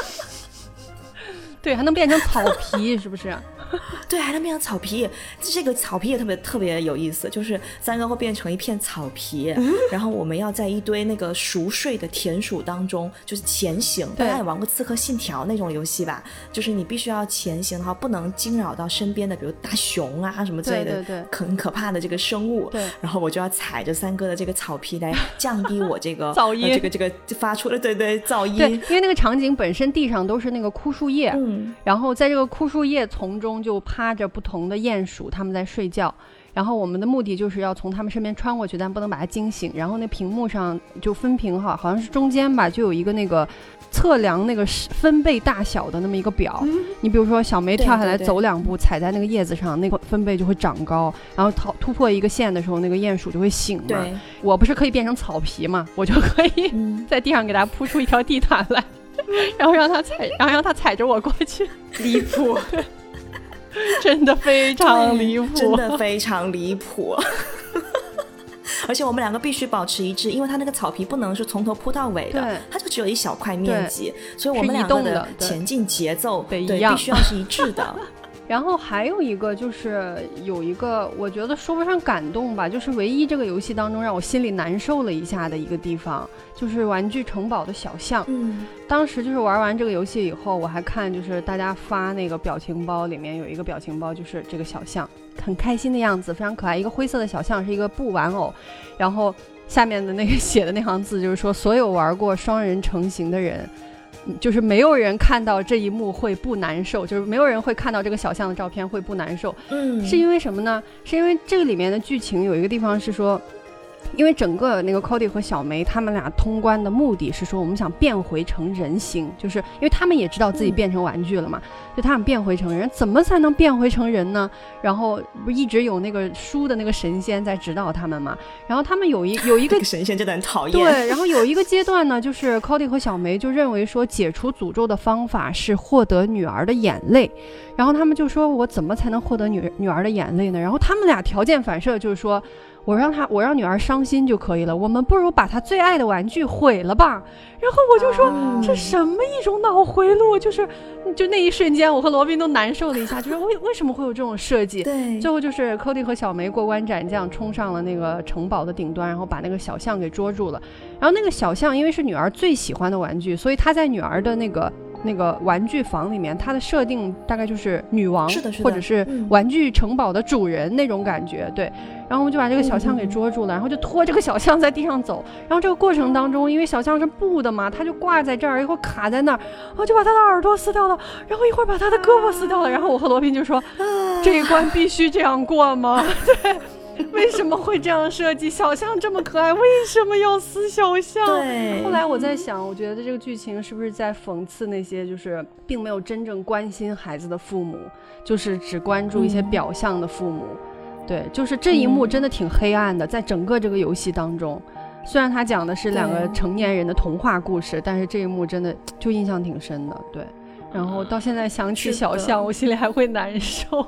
对，还能变成草皮，是不是？ 对，还能变成草皮。这个草皮也特别有意思，就是三哥会变成一片草皮，然后我们要在一堆那个熟睡的田鼠当中就是前行。大家也玩过刺客信条那种游戏吧，就是你必须要前行，然后不能惊扰到身边的比如大熊啊什么之类的很可怕的这个生物。 对， 然后我就要踩着三哥的这个草皮来降低我这个噪音， 这个发出的噪音。 对，因为那个场景本身地上都是那个枯树叶，然后在这个枯树叶丛中就趴着不同的鼹鼠，他们在睡觉，然后我们的目的就是要从他们身边穿过去，但不能把它惊醒。然后那屏幕上就分屏好像是中间吧，就有一个那个测量那个分贝大小的那么一个表，你比如说小梅跳下来走2步，踩在那个叶子上，那个分贝就会长高，然后突破一个线的时候，那个鼹鼠就会醒嘛。 对， 我不是可以变成草皮嘛，我就可以在地上给它铺出一条地毯来，然后让它踩着我过去。 离谱。 真的非常离谱， 真的非常离谱。而且我们两个必须保持一致，因为它那个草皮不能是从头铺到尾的，它就只有一小块面积，所以我们两个的前进节奏得一样， 必须要是一致的。 然后还有一个就是有一个我觉得说不上感动吧，就是唯一这个游戏当中让我心里难受了一下的一个地方，就是玩具城堡的小象。当时就是玩完这个游戏以后，我还看就是大家发那个表情包，里面有一个表情包就是这个小象很开心的样子，非常可爱，一个灰色的小象，是一个布玩偶，然后下面的那个写的那行字就是说，所有玩过双人成行的人，就是没有人看到这一幕会不难受，就是没有人会看到这个小象的照片会不难受。是因为什么呢？是因为这个里面的剧情有一个地方是说，因为整个那个 Cody 和小梅他们俩通关的目的是说，我们想变回成人形，就是因为他们也知道自己变成玩具了嘛，就他们变回成人，怎么才能变回成人呢？然后不一直有那个书的那个神仙在指导他们嘛，然后他们有一个神仙真的很讨厌。 对，然后有一个阶段呢，就是 Cody 和小梅就认为说，解除诅咒的方法是获得女儿的眼泪，然后他们就说，我怎么才能获得女儿的眼泪呢？然后他们俩条件反射就是说，我让女儿伤心就可以了，我们不如把她最爱的玩具毁了吧。然后我就说，这什么一种脑回路，就那一瞬间我和罗宾都难受了一下，就是为什么会有这种设计。 对， 最后就是 Cody 和小梅过关斩将，冲上了那个城堡的顶端，然后把那个小象给捉住了。然后那个小象因为是女儿最喜欢的玩具，所以她在女儿的那个玩具房里面，它的设定大概就是女王， 是的或者是玩具城堡的主人那种感觉。对，然后我们就把这个小象给捉住了，然后就拖这个小象在地上走，然后这个过程当中因为小象是布的嘛，它就挂在这儿，一会儿卡在那儿，然后就把它的耳朵撕掉了，然后一会儿把它的胳膊撕掉了，然后我和罗宾就说，这一关必须这样过吗？对，为什么会这样设计？小象这么可爱，为什么要撕小象？ 对， 后来我在想，我觉得这个剧情是不是在讽刺那些就是并没有真正关心孩子的父母，就是只关注一些表象的父母。对，就是这一幕真的挺黑暗的，在整个这个游戏当中，虽然他讲的是2个成年人的童话故事，但是这一幕真的就印象挺深的。对，然后到现在想起小象，我心里还会难受。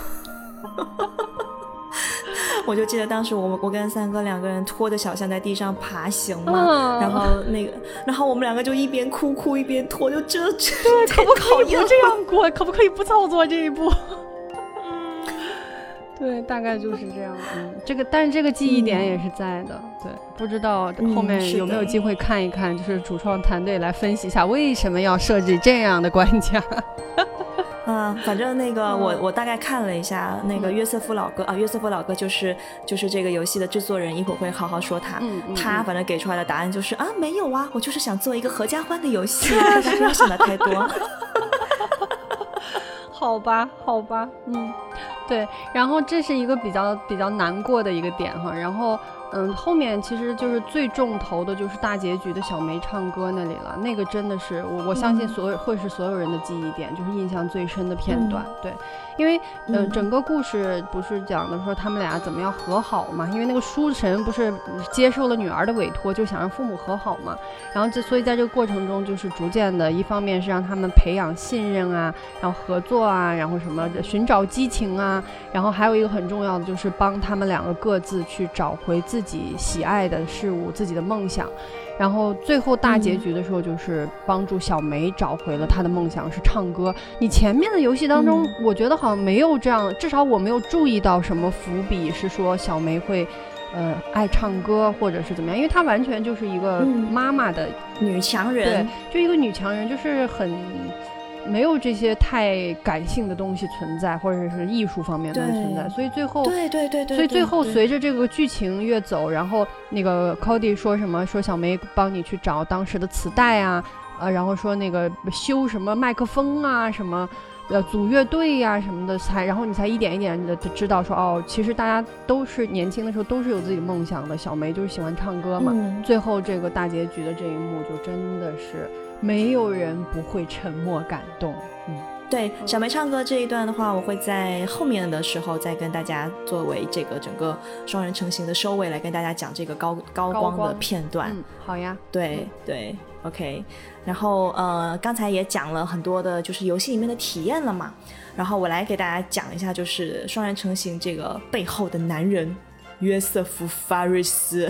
我就记得当时我跟三哥2个人拖着小象在地上爬行嘛，然后我们2个就一边哭一边拖，就这对，可不可以不这样过？可不可以不操作这一步？对，大概就是这样。但是这个记忆点也是在的。对，不知道后面有没有机会看一看，就是主创团队来分析一下为什么要设置这样的关卡。 反正那个我大概看了一下那个约瑟夫老哥啊，约瑟夫老哥就是这个游戏的制作人，一会儿会好好说他。他反正给出来的答案就是啊，没有啊，我就是想做一个合家欢的游戏，大家不要想的太多。 好吧，对，然后这是一个比较难过的一个点哈，然后后面其实就是最重头的就是大结局的小梅唱歌那里了，那个真的是我相信会是所有人的记忆点，就是印象最深的片段。对，因为整个故事不是讲的说他们俩怎么样和好嘛，因为那个书神不是接受了女儿的委托，就想让父母和好嘛，然后所以在这个过程中就是逐渐的，一方面是让他们培养信任啊，然后合作啊，然后什么寻找激情啊，然后还有一个很重要的就是帮他们两个各自去找回自己喜爱的事物，自己的梦想，然后最后大结局的时候就是帮助小梅找回了她的梦想，是唱歌。你前面的游戏当中我觉得好像没有这样，至少我没有注意到什么伏笔是说小梅会爱唱歌或者是怎么样，因为她完全就是一个妈妈的女强人， 对，就一个女强人，就是很没有这些太感性的东西存在，或者是艺术方面的东西存在，所以最后所以最后随着这个剧情越走，然后那个 Cody 说什么，说小梅帮你去找当时的磁带啊，然后说那个修什么麦克风啊，什么组乐队呀什么的，然后你才一点一点的知道说哦，其实大家都是年轻的时候都是有自己的梦想的，小梅就是喜欢唱歌嘛。最后这个大结局的这一幕就真的是没有人不会沉默感动。 对，小梅唱歌这一段的话，我会在后面的时候再跟大家作为这个整个双人成行的收尾来跟大家讲这个高光的片段。 好呀。 对OK。然后刚才也讲了很多的就是游戏里面的体验了嘛，然后我来给大家讲一下就是双人成行这个背后的男人约瑟夫·法瑞斯。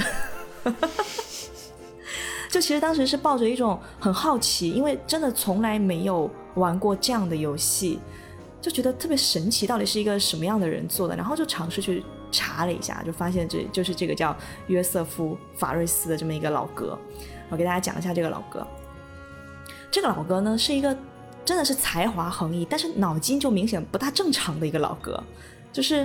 就其实当时是抱着一种很好奇，因为真的从来没有玩过这样的游戏，就觉得特别神奇，到底是一个什么样的人做的，然后就尝试去查了一下，就发现这就是这个叫约瑟夫·法瑞斯的这么一个老哥。我给大家讲一下这个老哥。这个老哥呢是一个真的是才华横溢，但是脑筋就明显不大正常的一个老哥，就是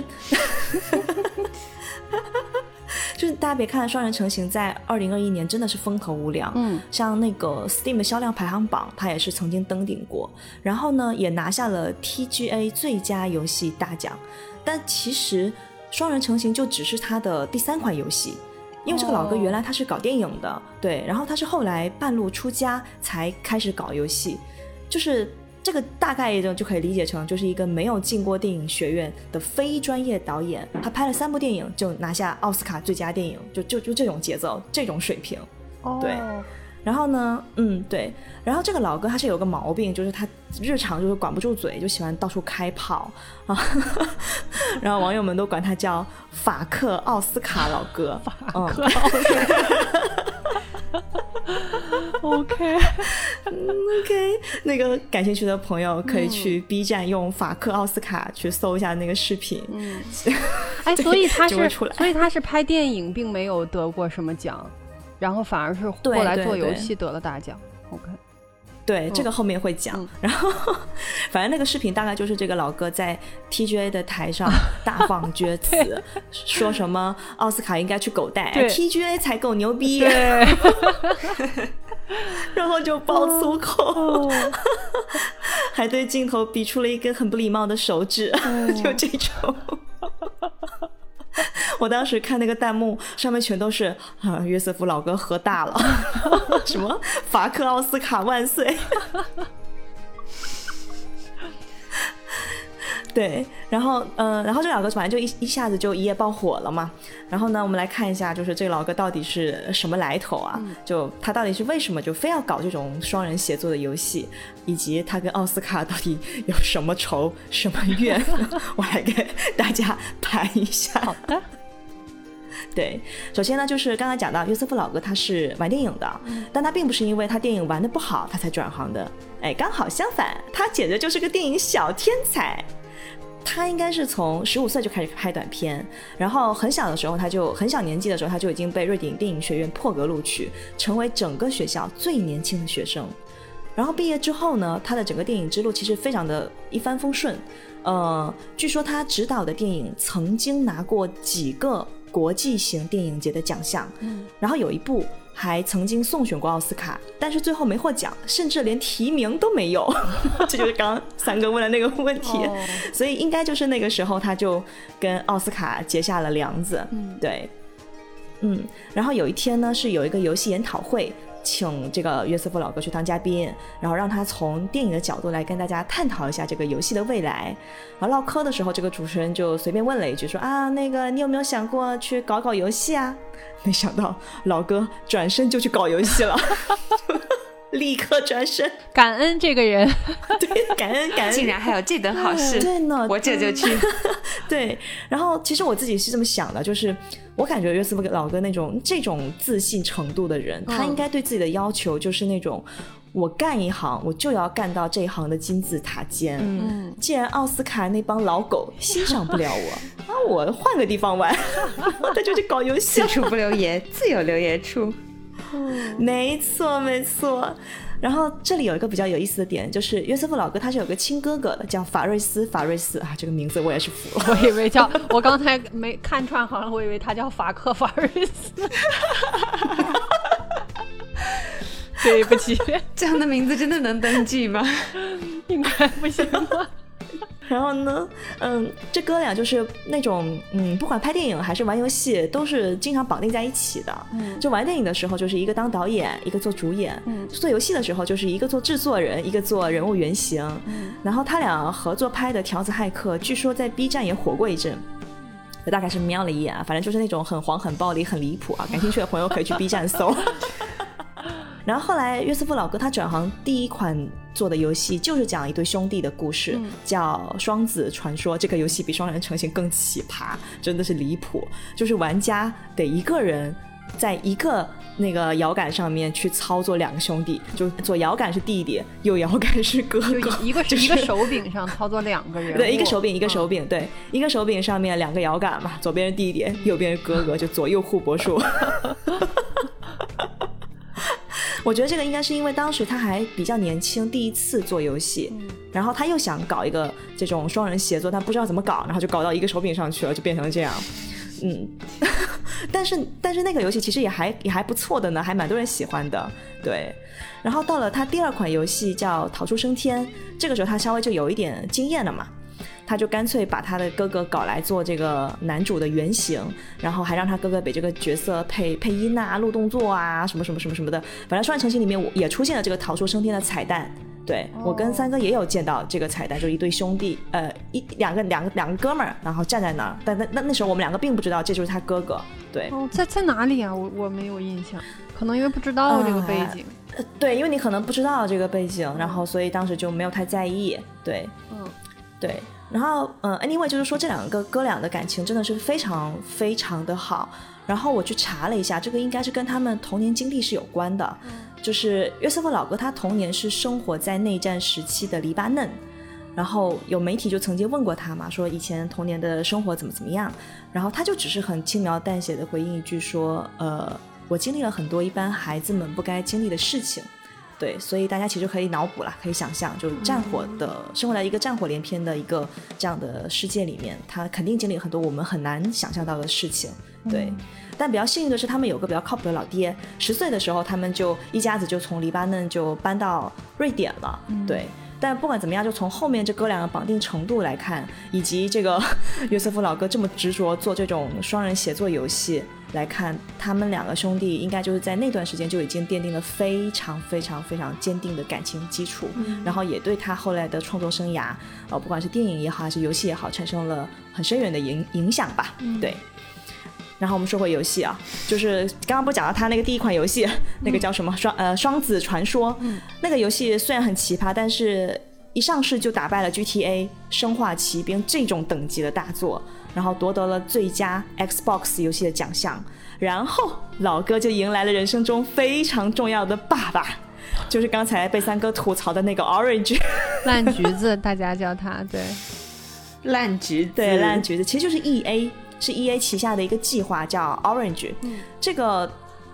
就是大家别看双人成行在2021年真的是风头无两，像那个 Steam 的销量排行榜他也是曾经登顶过，然后呢也拿下了 TGA 最佳游戏大奖，但其实双人成行就只是他的第3款游戏，因为这个老哥原来他是搞电影的，对，然后他是后来半路出家才开始搞游戏，就是这个大概就可以理解成就是一个没有进过电影学院的非专业导演，他拍了3部电影就拿下奥斯卡最佳电影，就这种节奏，这种水平。对，然后呢对，然后这个老哥他是有个毛病，就是他日常就是管不住嘴，就喜欢到处开炮啊，然后网友们都管他叫法克奥斯卡老哥。 法克奥斯卡OK， 那个感兴趣的朋友可以去 B 站用法克奥斯卡去搜一下那个视频。 所以他是拍电影并没有得过什么奖，然后反而是后来做游戏得了大奖。OK， 对，这个后面会讲。然后反正那个视频大概就是这个老哥在 TGA 的台上大放厥词，说什么奥斯卡应该去狗带，TGA 才够牛逼，然后就爆粗口，还对镜头比出了一个很不礼貌的手指，就这种。我当时看那个弹幕上面全都是约瑟夫老哥喝大了，什么法克奥斯卡万岁。对，然后这老哥反正就一下子就一夜爆火了嘛。然后呢，我们来看一下，就是这个老哥到底是什么来头啊？就他到底是为什么就非要搞这种双人协作的游戏，以及他跟奥斯卡到底有什么仇什么怨？我来给大家盘一下。 好的。 对，首先呢，就是刚才讲到约瑟夫老哥他是玩电影的，但他并不是因为他电影玩得不好他才转行的，刚好相反，他简直就是个电影小天才。他应该是从15岁就开始拍短片，然后很小年纪的时候他就已经被瑞典电影学院破格录取，成为整个学校最年轻的学生。 然后毕业之后呢，他的整个电影之路其实非常的一帆风顺。据说他执导的电影曾经拿过几个国际型电影节的奖项，然后有一部还曾经送选过奥斯卡，但是最后没获奖，甚至连提名都没有。这就是刚刚三哥问的那个问题。所以应该就是那个时候他就跟奥斯卡结下了梁子。对，然后有一天呢，是有一个游戏研讨会，请这个约瑟夫老哥去当嘉宾，然后让他从电影的角度来跟大家探讨一下这个游戏的未来。然后唠嗑的时候，这个主持人就随便问了一句说啊，那个你有没有想过去搞搞游戏啊？没想到老哥转身就去搞游戏了。立刻转身， 感恩这个人。 对，感恩， 竟然还有这等好事。 对呢， 我这就去。 对，然后其实我自己是这么想的，就是我感觉约瑟夫老哥这种自信程度的人，他应该对自己的要求就是那种我干一行我就要干到这一行的金字塔尖。既然奥斯卡那帮老狗欣赏不了我，我换个地方玩。他就去搞游戏。 自处不留爷，自有留爷处。 没错没错。然后这里有一个比较有意思的点，就是约瑟夫老哥他是有个亲哥哥的，叫法瑞斯啊，这个名字我也是服了。 我以为叫，我刚才没看串行了，我以为他叫法克法瑞斯。对不起， 这样的名字真的能登记吗？ 应该不行吧。 然后呢，这哥俩就是那种，不管拍电影还是玩游戏，都是经常绑定在一起的。就玩电影的时候，就是一个当导演，一个做主演；做游戏的时候，就是一个做制作人，一个做人物原型。然后他俩合作拍的《条子骇客》，据说在 B 站也火过一阵。我大概是瞄了一眼，反正就是那种很黄、很暴力、很离谱啊！感兴趣的朋友可以去 B 站搜。然后后来约瑟夫老哥他转行第一款做的游戏就是讲一对兄弟的故事，叫双子传说。这个游戏比双人成行更奇葩，真的是离谱，就是玩家得一个人在一个那个摇杆上面去操作两个兄弟，就左摇杆是弟弟，右摇杆是哥哥， 就一个是一个手柄上操作两个人。 对，一个手柄一个手柄，对，一个手柄上面两个摇杆嘛，左边是弟弟，右边是哥哥，就左右互搏术。我觉得这个应该是因为当时他还比较年轻，第一次做游戏，然后他又想搞一个这种双人协作，但不知道怎么搞，然后就搞到一个手柄上去了，就变成这样。但是那个游戏其实也还不错的呢，还蛮多人喜欢的。对，然后到了他第二款游戏叫逃出升天，这个时候他稍微就有一点经验了嘛，他就干脆把他的哥哥搞来做这个男主的原型，然后还让他哥哥给这个角色配音啊、录动作啊，什么什么什么什么的。反正双人成行里面也出现了这个逃出升天的彩蛋。对，我跟三哥也有见到这个彩蛋，就一对兄弟，两个哥们儿，然后站在那儿，但那时候我们两个并不知道这就是他哥哥。对， 在哪里啊？我没有印象，可能因为不知道这个背景。 对，因为你可能不知道这个背景，然后所以当时就没有太在意。对，对。然后anyway 就是说这两个哥俩的感情真的是非常非常的好。然后我去查了一下，这个应该是跟他们童年经历是有关的。就是约瑟夫老哥他童年是生活在内战时期的黎巴嫩，然后有媒体就曾经问过他嘛，说以前童年的生活怎么样，然后他就只是很轻描淡写的回应一句说我经历了很多一般孩子们不该经历的事情。对，所以大家其实可以脑补啦，可以想象，就战火的生活在一个战火连篇的一个这样的世界里面，他肯定经历了很多我们很难想象到的事情。对，但比较幸运的是他们有个比较靠谱的老爹，10岁的时候他们就一家子就从黎巴嫩就搬到瑞典了。对，但不管怎么样，就从后面这哥俩的绑定程度来看，以及这个约瑟夫老哥这么执着做这种双人协作游戏来看，他们两个兄弟应该就是在那段时间就已经奠定了非常非常非常坚定的感情基础，然后也对他后来的创作生涯不管是电影也好还是游戏也好产生了很深远的影响吧。对，然后我们说回游戏啊，就是刚刚不讲到他那个第一款游戏，那个叫什么双子传说，那个游戏虽然很奇葩，但是一上市就打败了 GTA 生化奇兵这种等级的大作，然后夺得了最佳 Xbox 游戏的奖项。然后老哥就迎来了人生中非常重要的爸爸，就是刚才被三哥吐槽的那个 Orange 烂橘子，大家叫他。对， 烂橘子， 对，烂橘子其实就是 EA 旗下的一个计划叫 Orange。这个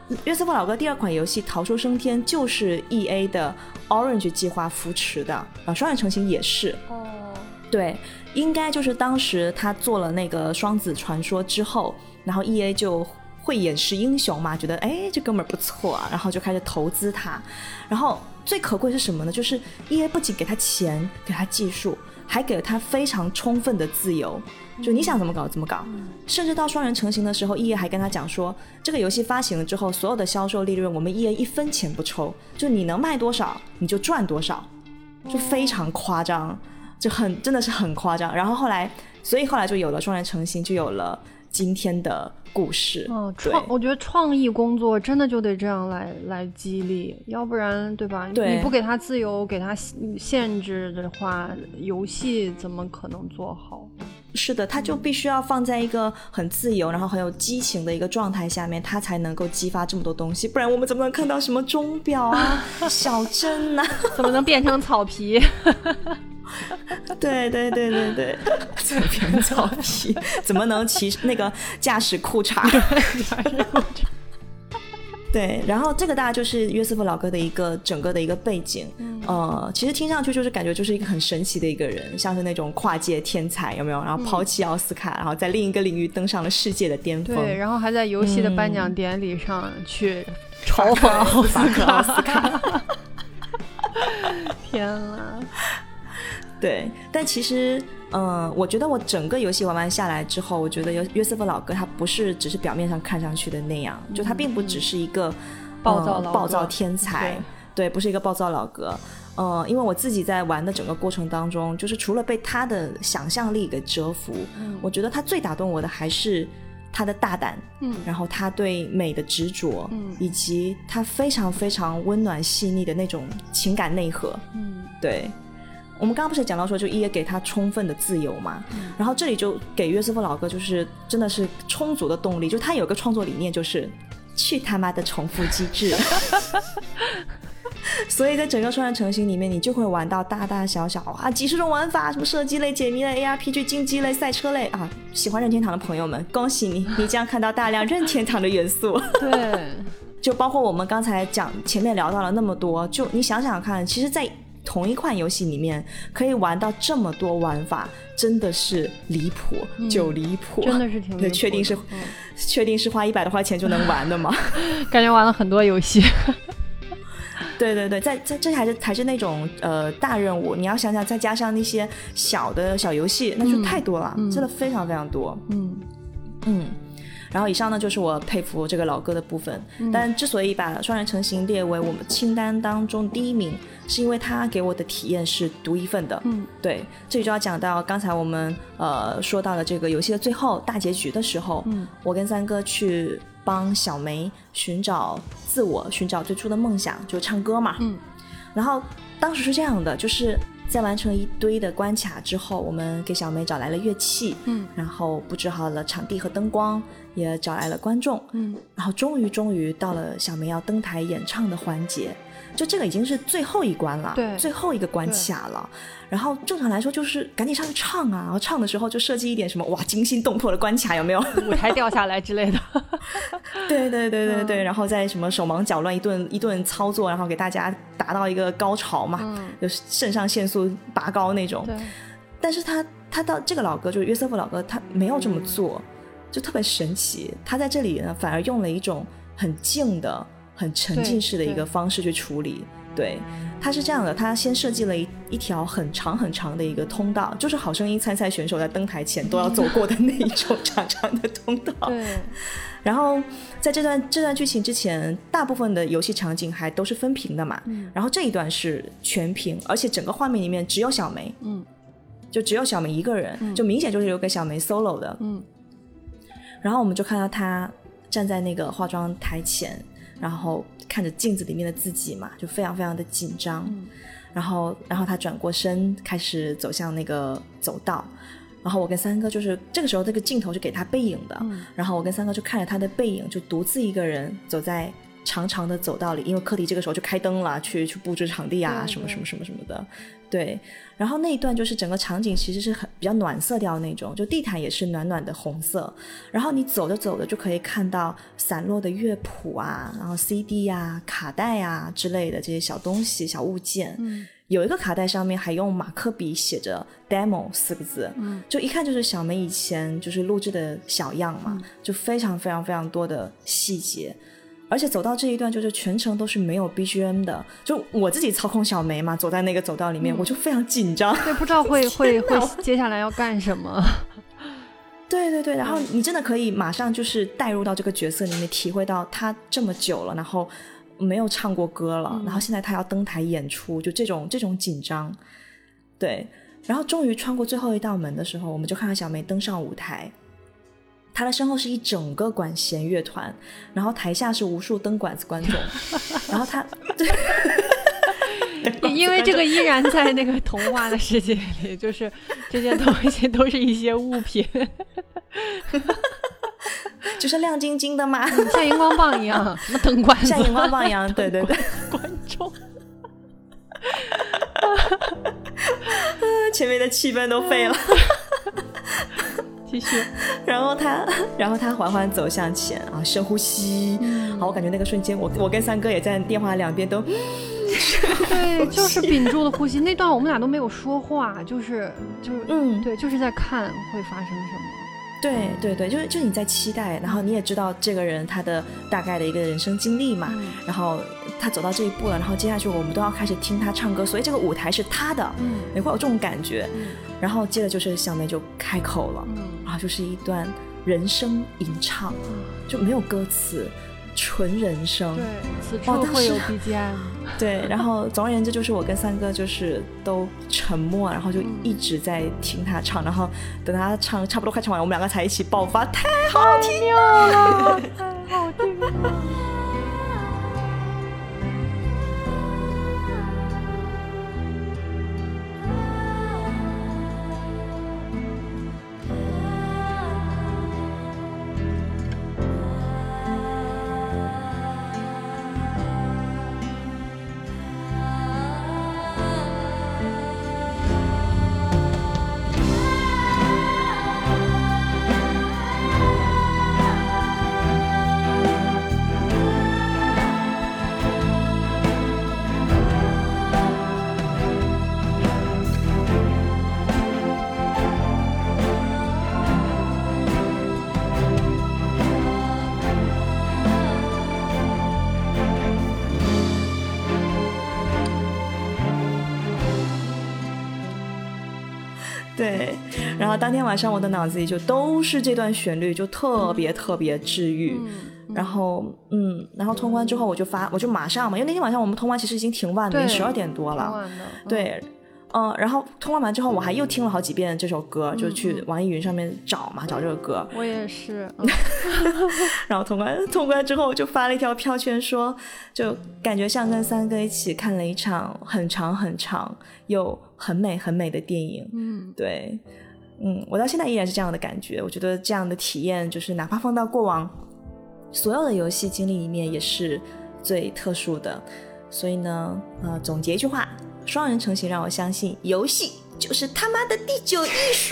约瑟夫老哥第二款游戏《逃出生天》就是 EA 的 Orange 计划扶持的，双人成行也是。对，应该就是当时他做了那个双子传说之后，然后 EA 就慧眼识英雄嘛，觉得这哥们儿不错啊，然后就开始投资他。然后最可贵是什么呢？就是 EA 不仅给他钱，给他技术，还给了他非常充分的自由，就你想怎么搞怎么搞。甚至到双人成行的时候， EA 还跟他讲说，这个游戏发行了之后，所有的销售利润我们 EA 一分钱不抽，就你能卖多少你就赚多少，就非常夸张，就真的是很夸张。然后所以后来就有了双人成行，就有了今天的故事。 我觉得创意工作真的就得这样来激励，要不然对吧？ 对， 你不给他自由，给他限制的话，游戏怎么可能做好？ 是的，他就必须要放在一个很自由然后很有激情的一个状态下面，他才能够激发这么多东西，不然我们怎么能看到什么钟表啊小针啊怎么能变成草皮对怎么变成草皮怎么能骑那个驾驶裤衩对，然后这个大概就是约瑟夫老哥的一个整个的一个背景。其实听上去就是感觉就是一个很神奇的一个人，像是那种跨界天才，有没有？然后抛弃奥斯卡，然后在另一个领域登上了世界的巅峰。 对，然后还在游戏的颁奖典礼上去嘲讽奥斯卡天啊！ 对，但其实我觉得我整个游戏玩完下来之后，我觉得约瑟夫老哥他不是只是表面上看上去的那样，就他并不只是一个暴躁天才，对，不是一个暴躁老哥。因为我自己在玩的整个过程当中，就是除了被他的想象力给折服，我觉得他最打动我的还是他的大胆，然后他对美的执着，以及他非常非常温暖细腻的那种情感内核。对，我们刚刚不是讲到说就EA给他充分的自由嘛，然后这里就给约瑟夫老哥就是真的是充足的动力，就他有个创作理念，就是去他妈的重复机制所以在整个双人成行里面，你就会玩到大大小小几十种玩法，什么射击类、解谜类、ARPG、竞技类、赛车类啊！喜欢任天堂的朋友们，恭喜你，你将看到大量任天堂的元素。 对， 就包括我们刚才前面聊到了那么多，就你想想看，其实在同一款游戏里面可以玩到这么多玩法，真的是离谱，就离谱， 真的是挺离谱的。 对，确定是花100多块钱就能玩的吗？ 感觉玩了很多游戏。 对，这还是那种大任务，你要想想再加上那些小的小游戏，那就太多了，真的非常非常多。然后以上呢就是我佩服这个老哥的部分，但之所以把双人成行列为我们清单当中第一名，是因为他给我的体验是独一份的。对，这里就要讲到刚才我们说到了这个游戏的最后大结局的时候，我跟三哥去帮小梅寻找自我，寻找最初的梦想，就唱歌嘛。然后当时是这样的，就是在完成一堆的关卡之后，我们给小梅找来了乐器，然后布置好了场地和灯光，也找来了观众，然后终于到了小梅要登台演唱的环节，就这个已经是最后一关了， 对， 最后一个关卡了。然后正常来说就是赶紧上去唱啊，然后唱的时候就设计一点什么惊心动魄的关卡，有没有？ 舞台掉下来之类的。 对，然后再什么手忙脚乱一顿操作，然后给大家达到一个高潮嘛，就肾上腺素拔高那种。 对， 但是他到这个老哥就是约瑟夫老哥，他没有这么做，就特别神奇。他在这里呢反而用了一种很静的很沉浸式的一个方式去处理。对，他是这样的，他先设计了一条很长很长的一个通道，就是好声音参赛选手在登台前都要走过的那一种长长的通道。 对， 然后在这段剧情之前，大部分的游戏场景还都是分屏的嘛，然后这一段是全屏，而且整个画面里面只有小梅，就只有小梅一个人，就明显就是有给小梅 solo 的。然后我们就看到她站在那个化妆台前，然后看着镜子里面的自己嘛，就非常非常的紧张。然后他转过身开始走向那个走道，然后我跟三哥就是这个时候这个镜头是给他背影的，然后我跟三哥就看着他的背影，就独自一个人走在长长的走道里，因为课题这个时候就开灯了，去布置场地啊，什么什么什么什么的。对，然后那一段就是整个场景其实是比较暖色调那种，就地毯也是暖暖的红色，然后你走着走着就可以看到散落的乐谱啊，然后 CD 啊、卡带啊之类的这些小东西、小物件。有一个卡带上面还用马克笔写着 demo 4个字，就一看就是小梅以前就是录制的小样嘛，就非常非常非常多的细节。而且走到这一段就是全程都是没有 BGM 的，就我自己操控小梅嘛，走在那个走道里面，我就非常紧张， 对，不知道会接下来要干什么。 对对对，然后你真的可以马上就是带入到这个角色里面，体会到他这么久了，然后没有唱过歌了，然后现在他要登台演出，就这种紧张。对，然后终于穿过最后一道门的时候，我们就看到小梅登上舞台，他的身后是一整个管弦乐团，然后台下是无数灯管子观众，然后他因为这个依然在那个童话的世界里，就是这些东西都是一些物品， 就是亮晶晶的嘛， 像荧光棒一样，什么灯管子， 像荧光棒一样，对对对， 观众。 前面的气氛都废了。 继续， 然后他缓缓走向前啊，深呼吸，好，我感觉那个瞬间，我跟三哥也在电话两边都， 对，就是屏住了呼吸。那段我们俩都没有说话，就是对，就是在看会发生什么。 对对对，就是你在期待，然后你也知道这个人他的大概的一个人生经历嘛，然后他走到这一步了，然后接下去我们都要开始听他唱歌，所以这个舞台是他的，你会有这种感觉。然后接着就是小梅就开口了，然后就是一段人声吟唱，就没有歌词，纯人声。 对，此处会有 BGM。 对，然后总而言之就是我跟三哥就是都沉默，然后就一直在听他唱，然后等他唱差不多快唱完，我们两个才一起爆发，太好听了，太好听了。 对，然后当天晚上我的脑子里就都是这段旋律，就特别特别治愈。然后通关之后我就马上嘛，因为那天晚上我们通关其实已经挺晚的，12点多了。对，然后通关完之后我还又听了好几遍这首歌，就去网易云上面找这个歌。 我也是。 然后通关之后我就发了一条票圈说，就感觉像跟三哥一起看了一场很长很长又很美很美的电影。对，我到现在依然是这样的感觉。我觉得这样的体验就是哪怕放到过往所有的游戏经历里面也是最特殊的。所以呢总结一句话，双人成行让我相信游戏就是他妈的第9艺术。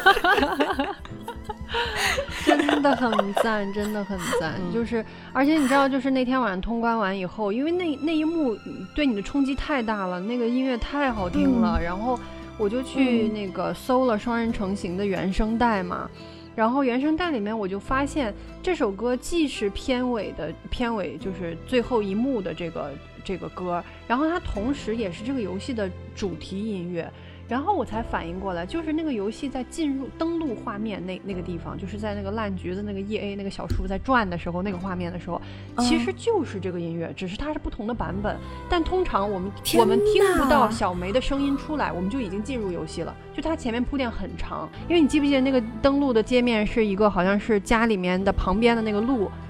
真的很赞，真的很赞。就是而且你知道，就是那天晚上通关完以后，因为那一幕对你的冲击太大了，那个音乐太好听了，然后我就去那个搜了双人成行的原声带嘛，然后原声带里面我就发现这首歌既是片尾就是最后一幕的这个歌，然后它同时也是这个游戏的主题音乐。然后我才反应过来，就是那个游戏在进入登录画面那个地方，就是在那个烂橘子那个 EA 那个小树在转的时候，那个画面的时候，其实就是这个音乐，只是它是不同的版本。但通常我们听不到小梅的声音出来，我们就已经进入游戏了。就它前面铺垫很长，因为你记不记得那个登录的界面是一个好像是家里面的旁边的那个路，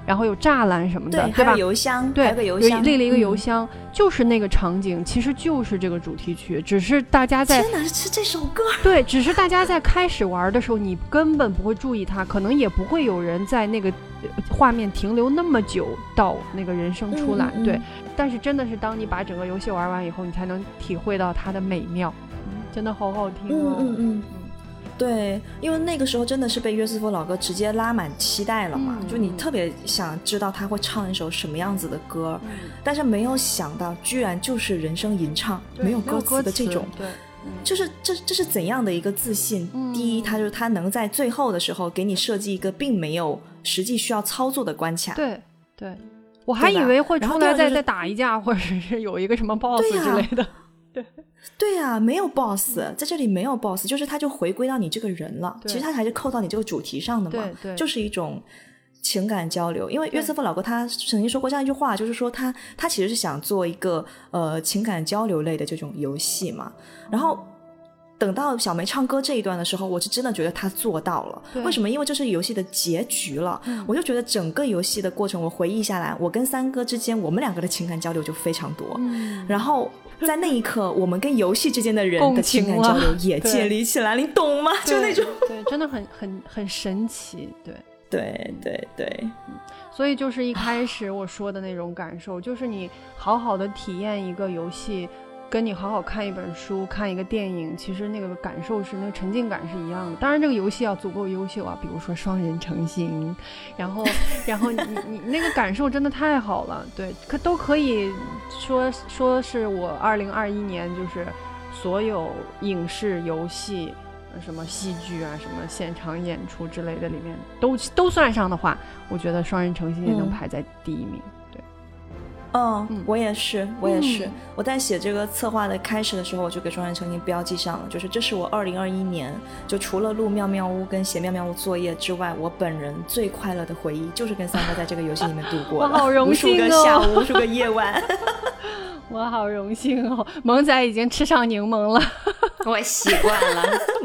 然后有栅栏什么的，对吧？ 还有邮箱， 对， 还有个邮箱， 立了一个邮箱，就是那个场景，其实就是这个主题曲，只是大家在天哪，是这首歌？ 对，只是大家在开始玩的时候，你根本不会注意它，可能也不会有人在那个画面停留那么久到那个人声出来，对。但是真的是当你把整个游戏玩完以后，你才能体会到它的美妙，真的好好听哦。 对，因为那个时候真的是被约瑟夫老哥直接拉满期待了嘛，就你特别想知道他会唱一首什么样子的歌，但是没有想到居然就是人声吟唱，没有歌词的这种， 对， 就是这是怎样的一个自信？第一，他能在最后的时候给你设计一个并没有实际需要操作的关卡， 对，我还以为会出来再打一架，或者是有一个什么 boss 之类的。 对啊，没有 boss， 在这里没有 boss， 就是他就回归到你这个人了，其实他还是扣到你这个主题上的嘛， 对， 就是一种情感交流。因为约瑟夫老哥他曾经说过这样一句话，就是说他其实是想做一个情感交流类的这种游戏嘛，然后等到小梅唱歌这一段的时候，我是真的觉得他做到了。为什么？因为这是游戏的结局了，我就觉得整个游戏的过程我回忆下来，我跟三哥之间我们两个的情感交流就非常多，然后在那一刻我们跟游戏之间的人的情感交流也建立起来，你懂吗？就那种对，真的很神奇。 对， 所以就是一开始我说的那种感受，就是你好好的体验一个游戏，跟你好好看一本书看一个电影，其实那个感受是那个沉浸感是一样的。当然这个游戏要足够优秀啊，比如说双人成行，然后你那个感受真的太好了。对，都可以说是我2021年就是所有影视游戏什么戏剧啊什么现场演出之类的里面都算上的话，我觉得双人成行也能排在第一名。 我也是，我在写这个策划的开始的时候，我就给双人成行标记上了，就是这是我2021年就除了录妙妙屋跟写妙妙屋作业之外，我本人最快乐的回忆就是跟三哥在这个游戏里面度过了我好荣幸无数个下午无数个夜晚我好荣幸哦，萌仔已经吃上柠檬了我习惯了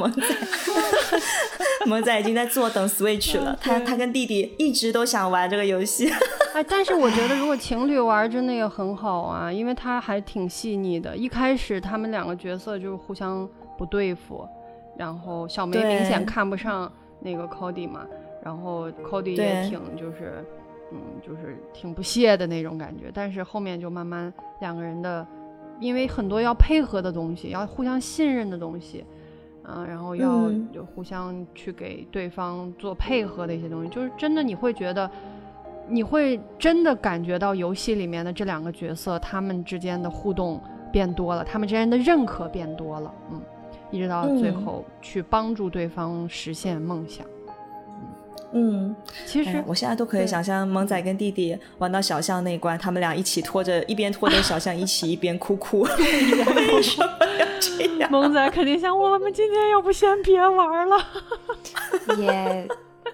萌仔已经在坐等 Switch 了，他跟弟弟一直都想玩这个游戏但是我觉得如果情侣玩真的也很好啊，因为他还挺细腻的。一开始他们两个角色就是互相不对付，然后小梅明显看不上那个 Cody 嘛，然后 Cody 也挺就是挺不屑的那种感觉，但是后面就慢慢两个人的，因为很多要配合的东西，要互相信任的东西然后要互相去给对方做配合的一些东西，就是真的你会觉得你会真的感觉到游戏里面的这两个角色他们之间的互动变多了，他们之间的认可变多了，一直到最后去帮助对方实现梦想。其实我现在都可以想象萌仔跟弟弟玩到小象那一关，他们俩一起一边拖着小象一边哭为什么要这样？ 萌仔肯定想我们今天要不先别玩了也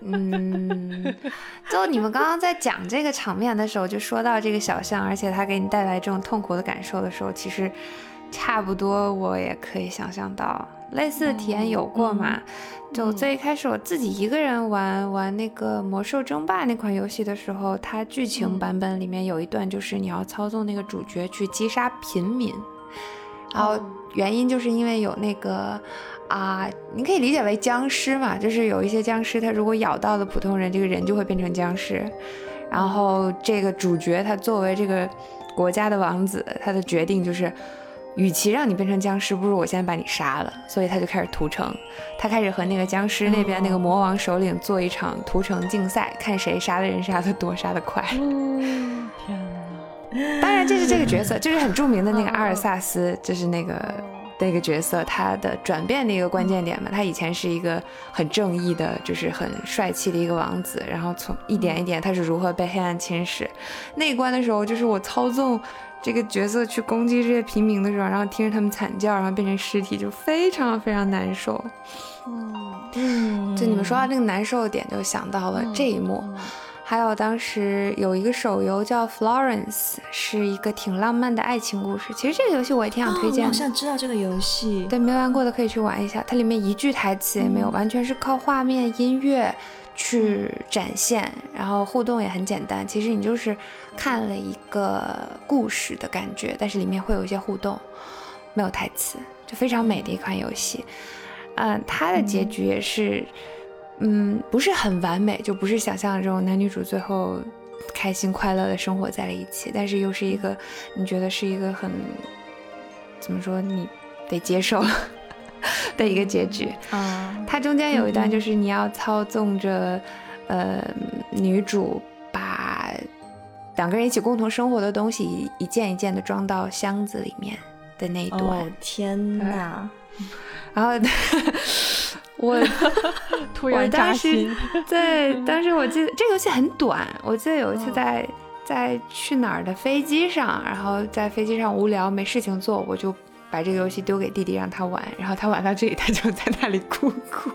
就你们刚刚在讲这个场面的时候就说到这个小象，而且它给你带来这种痛苦的感受的时候，其实差不多我也可以想象到类似的体验有过嘛。就最一开始我自己一个人玩那个魔兽争霸那款游戏的时候，它剧情版本里面有一段就是你要操纵那个主角去击杀平民，然后原因就是因为有那个你可以理解为僵尸嘛，就是有一些僵尸他如果咬到了普通人，这个人就会变成僵尸，然后这个主角他作为这个国家的王子，他的决定就是与其让你变成僵尸，不如我先把你杀了，所以他就开始屠城，他开始和那个僵尸那边那个魔王首领做一场屠城竞赛，看谁杀的人杀的多杀的快。 天哪！ 当然这是这个角色，就是很著名的那个阿尔萨斯，就是那个角色他的转变的一个关键点嘛。他以前是一个很正义的，就是很帅气的一个王子，然后从一点一点他是如何被黑暗侵蚀。那一关的时候，就是我操纵这个角色去攻击这些平民的时候，然后听着他们惨叫，然后变成尸体，就非常非常难受。就你们说到这个难受的点，就想到了这一幕。还有当时有一个手游叫 Florence， 是一个挺浪漫的爱情故事。其实这个游戏我也挺想推荐的。 我好像知道这个游戏。 对，没玩过的可以去玩一下。它里面一句台词也没有，完全是靠画面、音乐去展现，然后互动也很简单，其实你就是看了一个故事的感觉，但是里面会有一些互动，没有台词，就非常美的一款游戏。它的结局也是不是很完美，就不是想象中男女主最后开心快乐的生活在了一起，但是又是一个你觉得是一个很怎么说你得接受的一个结局。它中间有一段就是你要操纵着女主把两个人一起共同生活的东西一件一件的装到箱子里面的那一段。 天哪！ 然后我突然扎心。 对，当时我记得这个游戏很短，我记得有一次在去哪儿的飞机上，然后在飞机上无聊没事情做，我就把这个游戏丢给弟弟让他玩，然后他玩到这里他就在那里哭。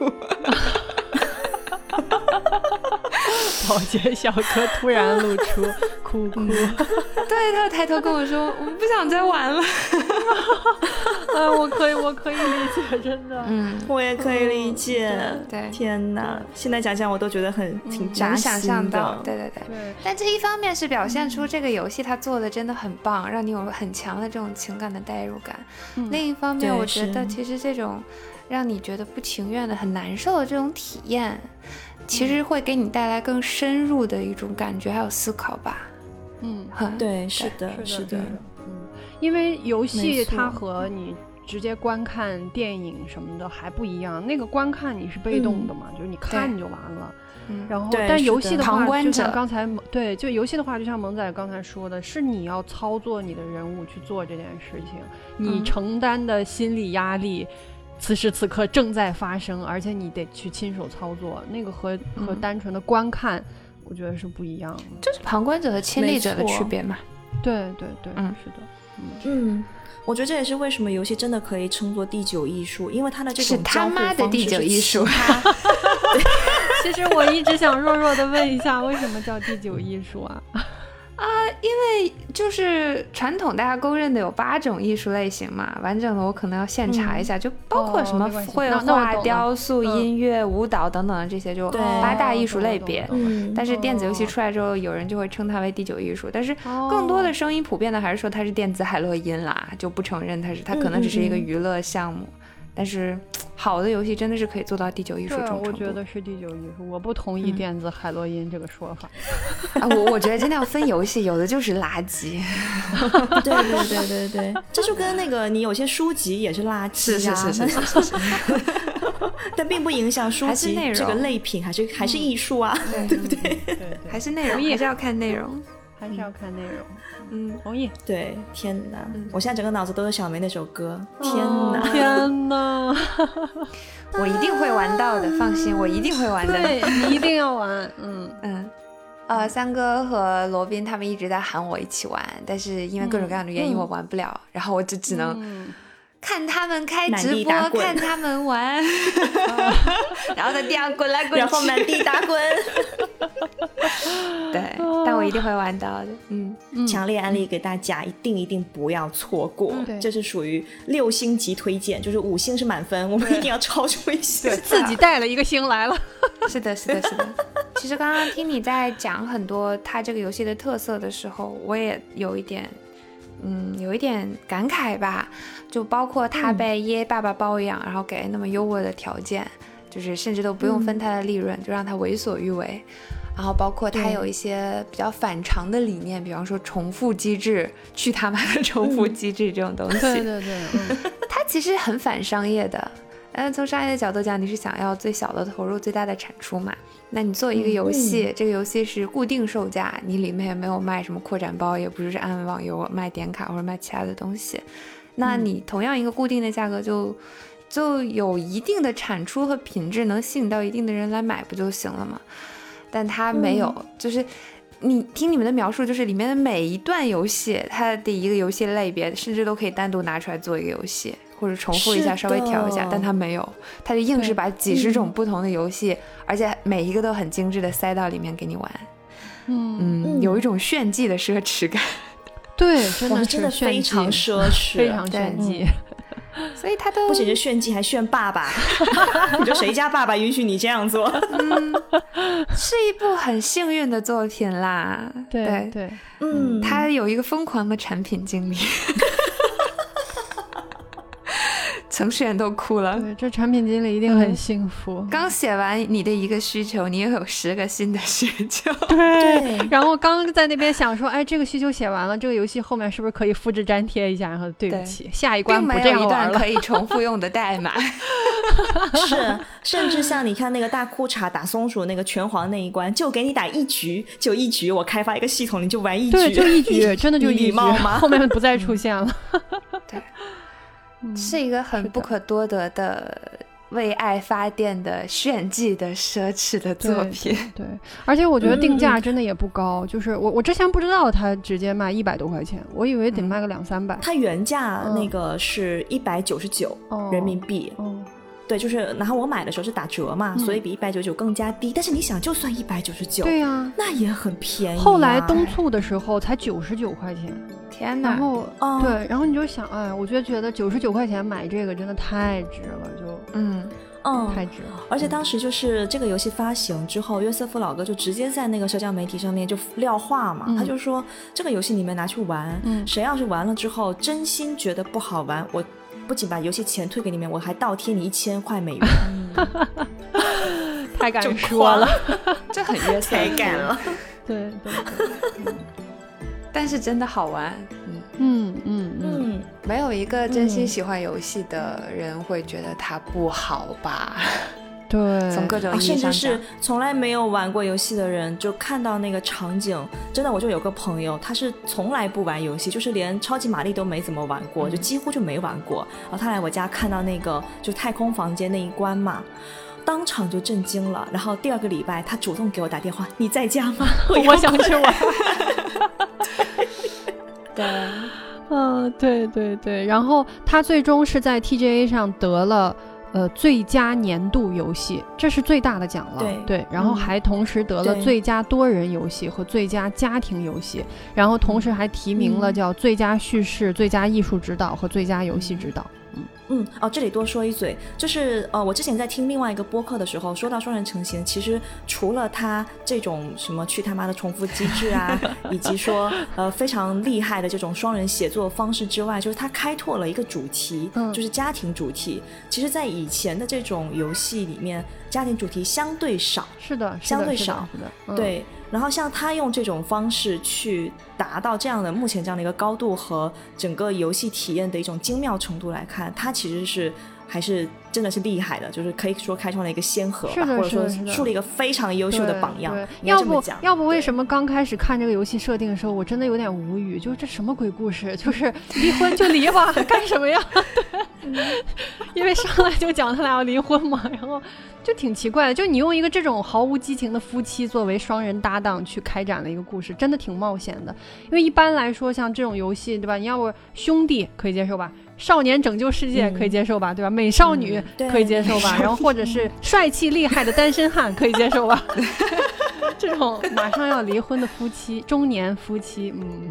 保洁小哥突然露出哭。 对，他抬头跟我说我不想再玩了。 我可以理解，真的。 我也可以理解。 对， 天哪，现在讲讲我都觉得挺扎心的。 能想象到，对。但这一方面是表现出这个游戏它做的真的很棒，让你有很强的这种情感的代入感。另一方面，我觉得其实这种让你觉得不情愿的、很难受的这种体验，其实会给你带来更深入的一种感觉还有思考吧。 对，是的。 因为游戏它和你直接观看电影什么的还不一样，那个观看你是被动的嘛，就是你看就完了。然后但游戏的话就像刚才就游戏的话就像萌仔刚才说的，是你要操作你的人物去做这件事情，你承担的心理压力此时此刻正在发生，而且你得去亲手操作，那个和单纯的观看我觉得是不一样的， 就是旁观者和亲历者的区别嘛。 对，是的。 我觉得这也是为什么游戏真的可以称作第九艺术，因为它的这种是他妈的第九艺术。 其实我一直想弱弱的问一下，为什么叫第九艺术啊？ 因为就是传统大家公认的有8种艺术类型嘛，完整的我可能要现查一下，就包括什么绘画、雕塑、音乐、舞蹈等等的这些，就8大艺术类别。但是电子游戏出来之后，有人就会称它为第九艺术，但是更多的声音普遍的还是说它是电子海洛因啦，就不承认它可能只是一个娱乐项目。但是好的游戏真的是可以做到第九艺术这种程度。 我觉得是第九艺术，我不同意电子海洛因这个说法。 我觉得真的要分游戏，有的就是垃圾。 对，这就跟那个你有些书籍也是垃圾啊。是。但并不影响书籍这个类品还是艺术啊，对不对？ 还是内容，还是要看内容。 还是要看内容。同意。 对，天哪，我现在整个脑子都是小梅那首歌。 天哪我一定会玩到的，放心，我一定会玩的。 对，你一定要玩。 三哥和罗宾他们一直在喊我一起玩，但是因为各种各样的原因我玩不了，然后我就只能看他们开直播，看他们玩，然后在地上滚来滚去， 然后满地打滚。 对，但我一定会玩到的。 强烈安利给大家，一定不要错过。这是属于6星级推荐，就是5星是满分，我们一定要超出1星。 对，自己带了一个星来了。 是的。其实刚刚听你在讲很多它这个游戏的特色的时候，我也有一点感慨吧，就包括他被耶爸爸包养，然后给那么优渥的条件，就是甚至都不用分他的利润，就让他为所欲为。然后包括他有一些比较反常的理念，比方说重复机制，去他妈的重复机制这种东西。 对， 他其实很反商业的。从商业的角度讲，你是想要最小的投入最大的产出嘛？那你做一个游戏，这个游戏是固定售价，你里面也没有卖什么扩展包，也不是按网游卖点卡或者卖其他的东西，那你同样一个固定的价格就有一定的产出和品质，能吸引到一定的人来买不就行了吗？但它没有，就是你听你们的描述，就是里面的每一段游戏，它的一个游戏类别甚至都可以单独拿出来做一个游戏，或者重复一下，稍微调一下，但它没有，它就硬是把几十种不同的游戏，而且每一个都很精致的塞到里面给你玩。有一种炫技的奢侈感。 对， 真的非常奢侈， 非常炫技。 所以他都不仅是炫技，还炫爸爸。你说谁家爸爸允许你这样做？ 是一部很幸运的作品啦。 对， 他有一个疯狂的产品经理。程序员都哭了。 对，这产品经理一定很幸福。 刚写完你的一个需求，你又有10个新的需求。 对，然后刚在那边想说，哎，这个需求写完了，这个游戏后面是不是可以复制粘贴一下？然后对不起，下一关不这样玩了，并没有一段可以重复用的代码。 是，甚至像你看那个大裤衩打松鼠那个拳皇那一关，就给你打1局，就1局，我开发一个系统，你就玩1局， 对，就1局，真的就1局， 吗？ 后面不再出现了。 对。是一个很不可多得的为爱发电的炫技的奢侈的作品。 对，而且我觉得定价真的也不高，就是我之前不知道它直接卖100多块钱，我以为得卖个200-300。 它原价那个是199人民币。对，就是然后我买的时候是打折嘛，所以比199更加低。但是你想，就算199， 对呀， 那也很便宜。 后来冬促的时候才99块钱， 天哪！ 然后对，然后你就想，哎，我就觉得99块钱买这个真的太值了，就太值了。 而且当时就是这个游戏发行之后，约瑟夫老哥就直接在那个社交媒体上面就撂话嘛，他就说这个游戏你们拿去玩，谁要是玩了之后真心觉得不好玩，我不仅把游戏钱退给你们，我还倒贴你1000块美元。 太敢说了， 这很约瑟夫， 太敢了。 对， 但是真的好玩。没有一个真心喜欢游戏的人会觉得它不好吧？ 对， 从各种意义上讲， 甚至是从来没有玩过游戏的人，就看到那个场景，真的，我就有个朋友，他是从来不玩游戏，就是连超级玛丽都没怎么玩过，就几乎就没玩过。然后他来我家看到那个就太空房间那一关嘛，当场就震惊了。然后第2个礼拜，他主动给我打电话：“你在家吗？ 我想去玩。” 对， 对。然后他最终是在 TGA 上得了最佳年度游戏，这是最大的奖了。对，然后还同时得了最佳多人游戏和最佳家庭游戏，然后同时还提名了叫最佳叙事、最佳艺术指导和最佳游戏指导。 这里多说一嘴，就是我之前在听另外一个播客的时候，说到双人成行，其实除了他这种什么去他妈的重复机制啊，以及说非常厉害的这种双人写作方式之外，就是他开拓了一个主题，就是家庭主题。其实在以前的这种游戏里面，家庭主题相对少， 是的， 相对少，对。然后像他用这种方式去达到这样的目前这样的一个高度和整个游戏体验的一种精妙程度来看，他其实是还是真的是厉害的，就是可以说开创了一个先河吧，或者说树了一个非常优秀的榜样。 要不为什么刚开始看这个游戏设定的时候，我真的有点无语，就是这什么鬼故事？就是离婚就离吧，干什么呀？因为上来就讲他俩要离婚嘛，然后就挺奇怪的，就你用一个这种毫无激情的夫妻作为双人搭档去开展了一个故事，真的挺冒险的。因为一般来说像这种游戏，对吧？你要不兄弟可以接受吧，少年拯救世界可以接受吧，对吧？美少女可以接受吧，然后或者是帅气厉害的单身汉可以接受吧。这种马上要离婚的夫妻，中年夫妻，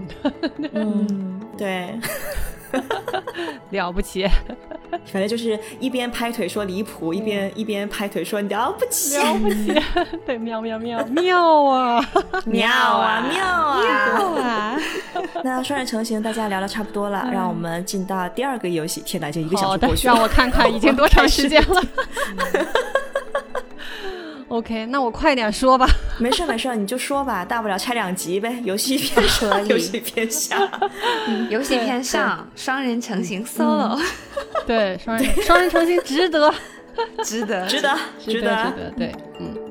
对。 了不起， 反正就是一边拍腿说离谱，一边拍腿说了不起， 了不起，对，妙妙妙妙啊， 妙啊妙啊妙啊！那双人成行大家聊得差不多了，让我们进到第2个游戏。天哪，就1个小时过去了， 让我看看已经多长时间了。OK， 那我快点说吧。 没事，你就说吧，大不了拆2集呗。游戏偏上，游戏偏下， 游戏偏上，双人成行 solo。 对，双人成行值得， 值得， 对，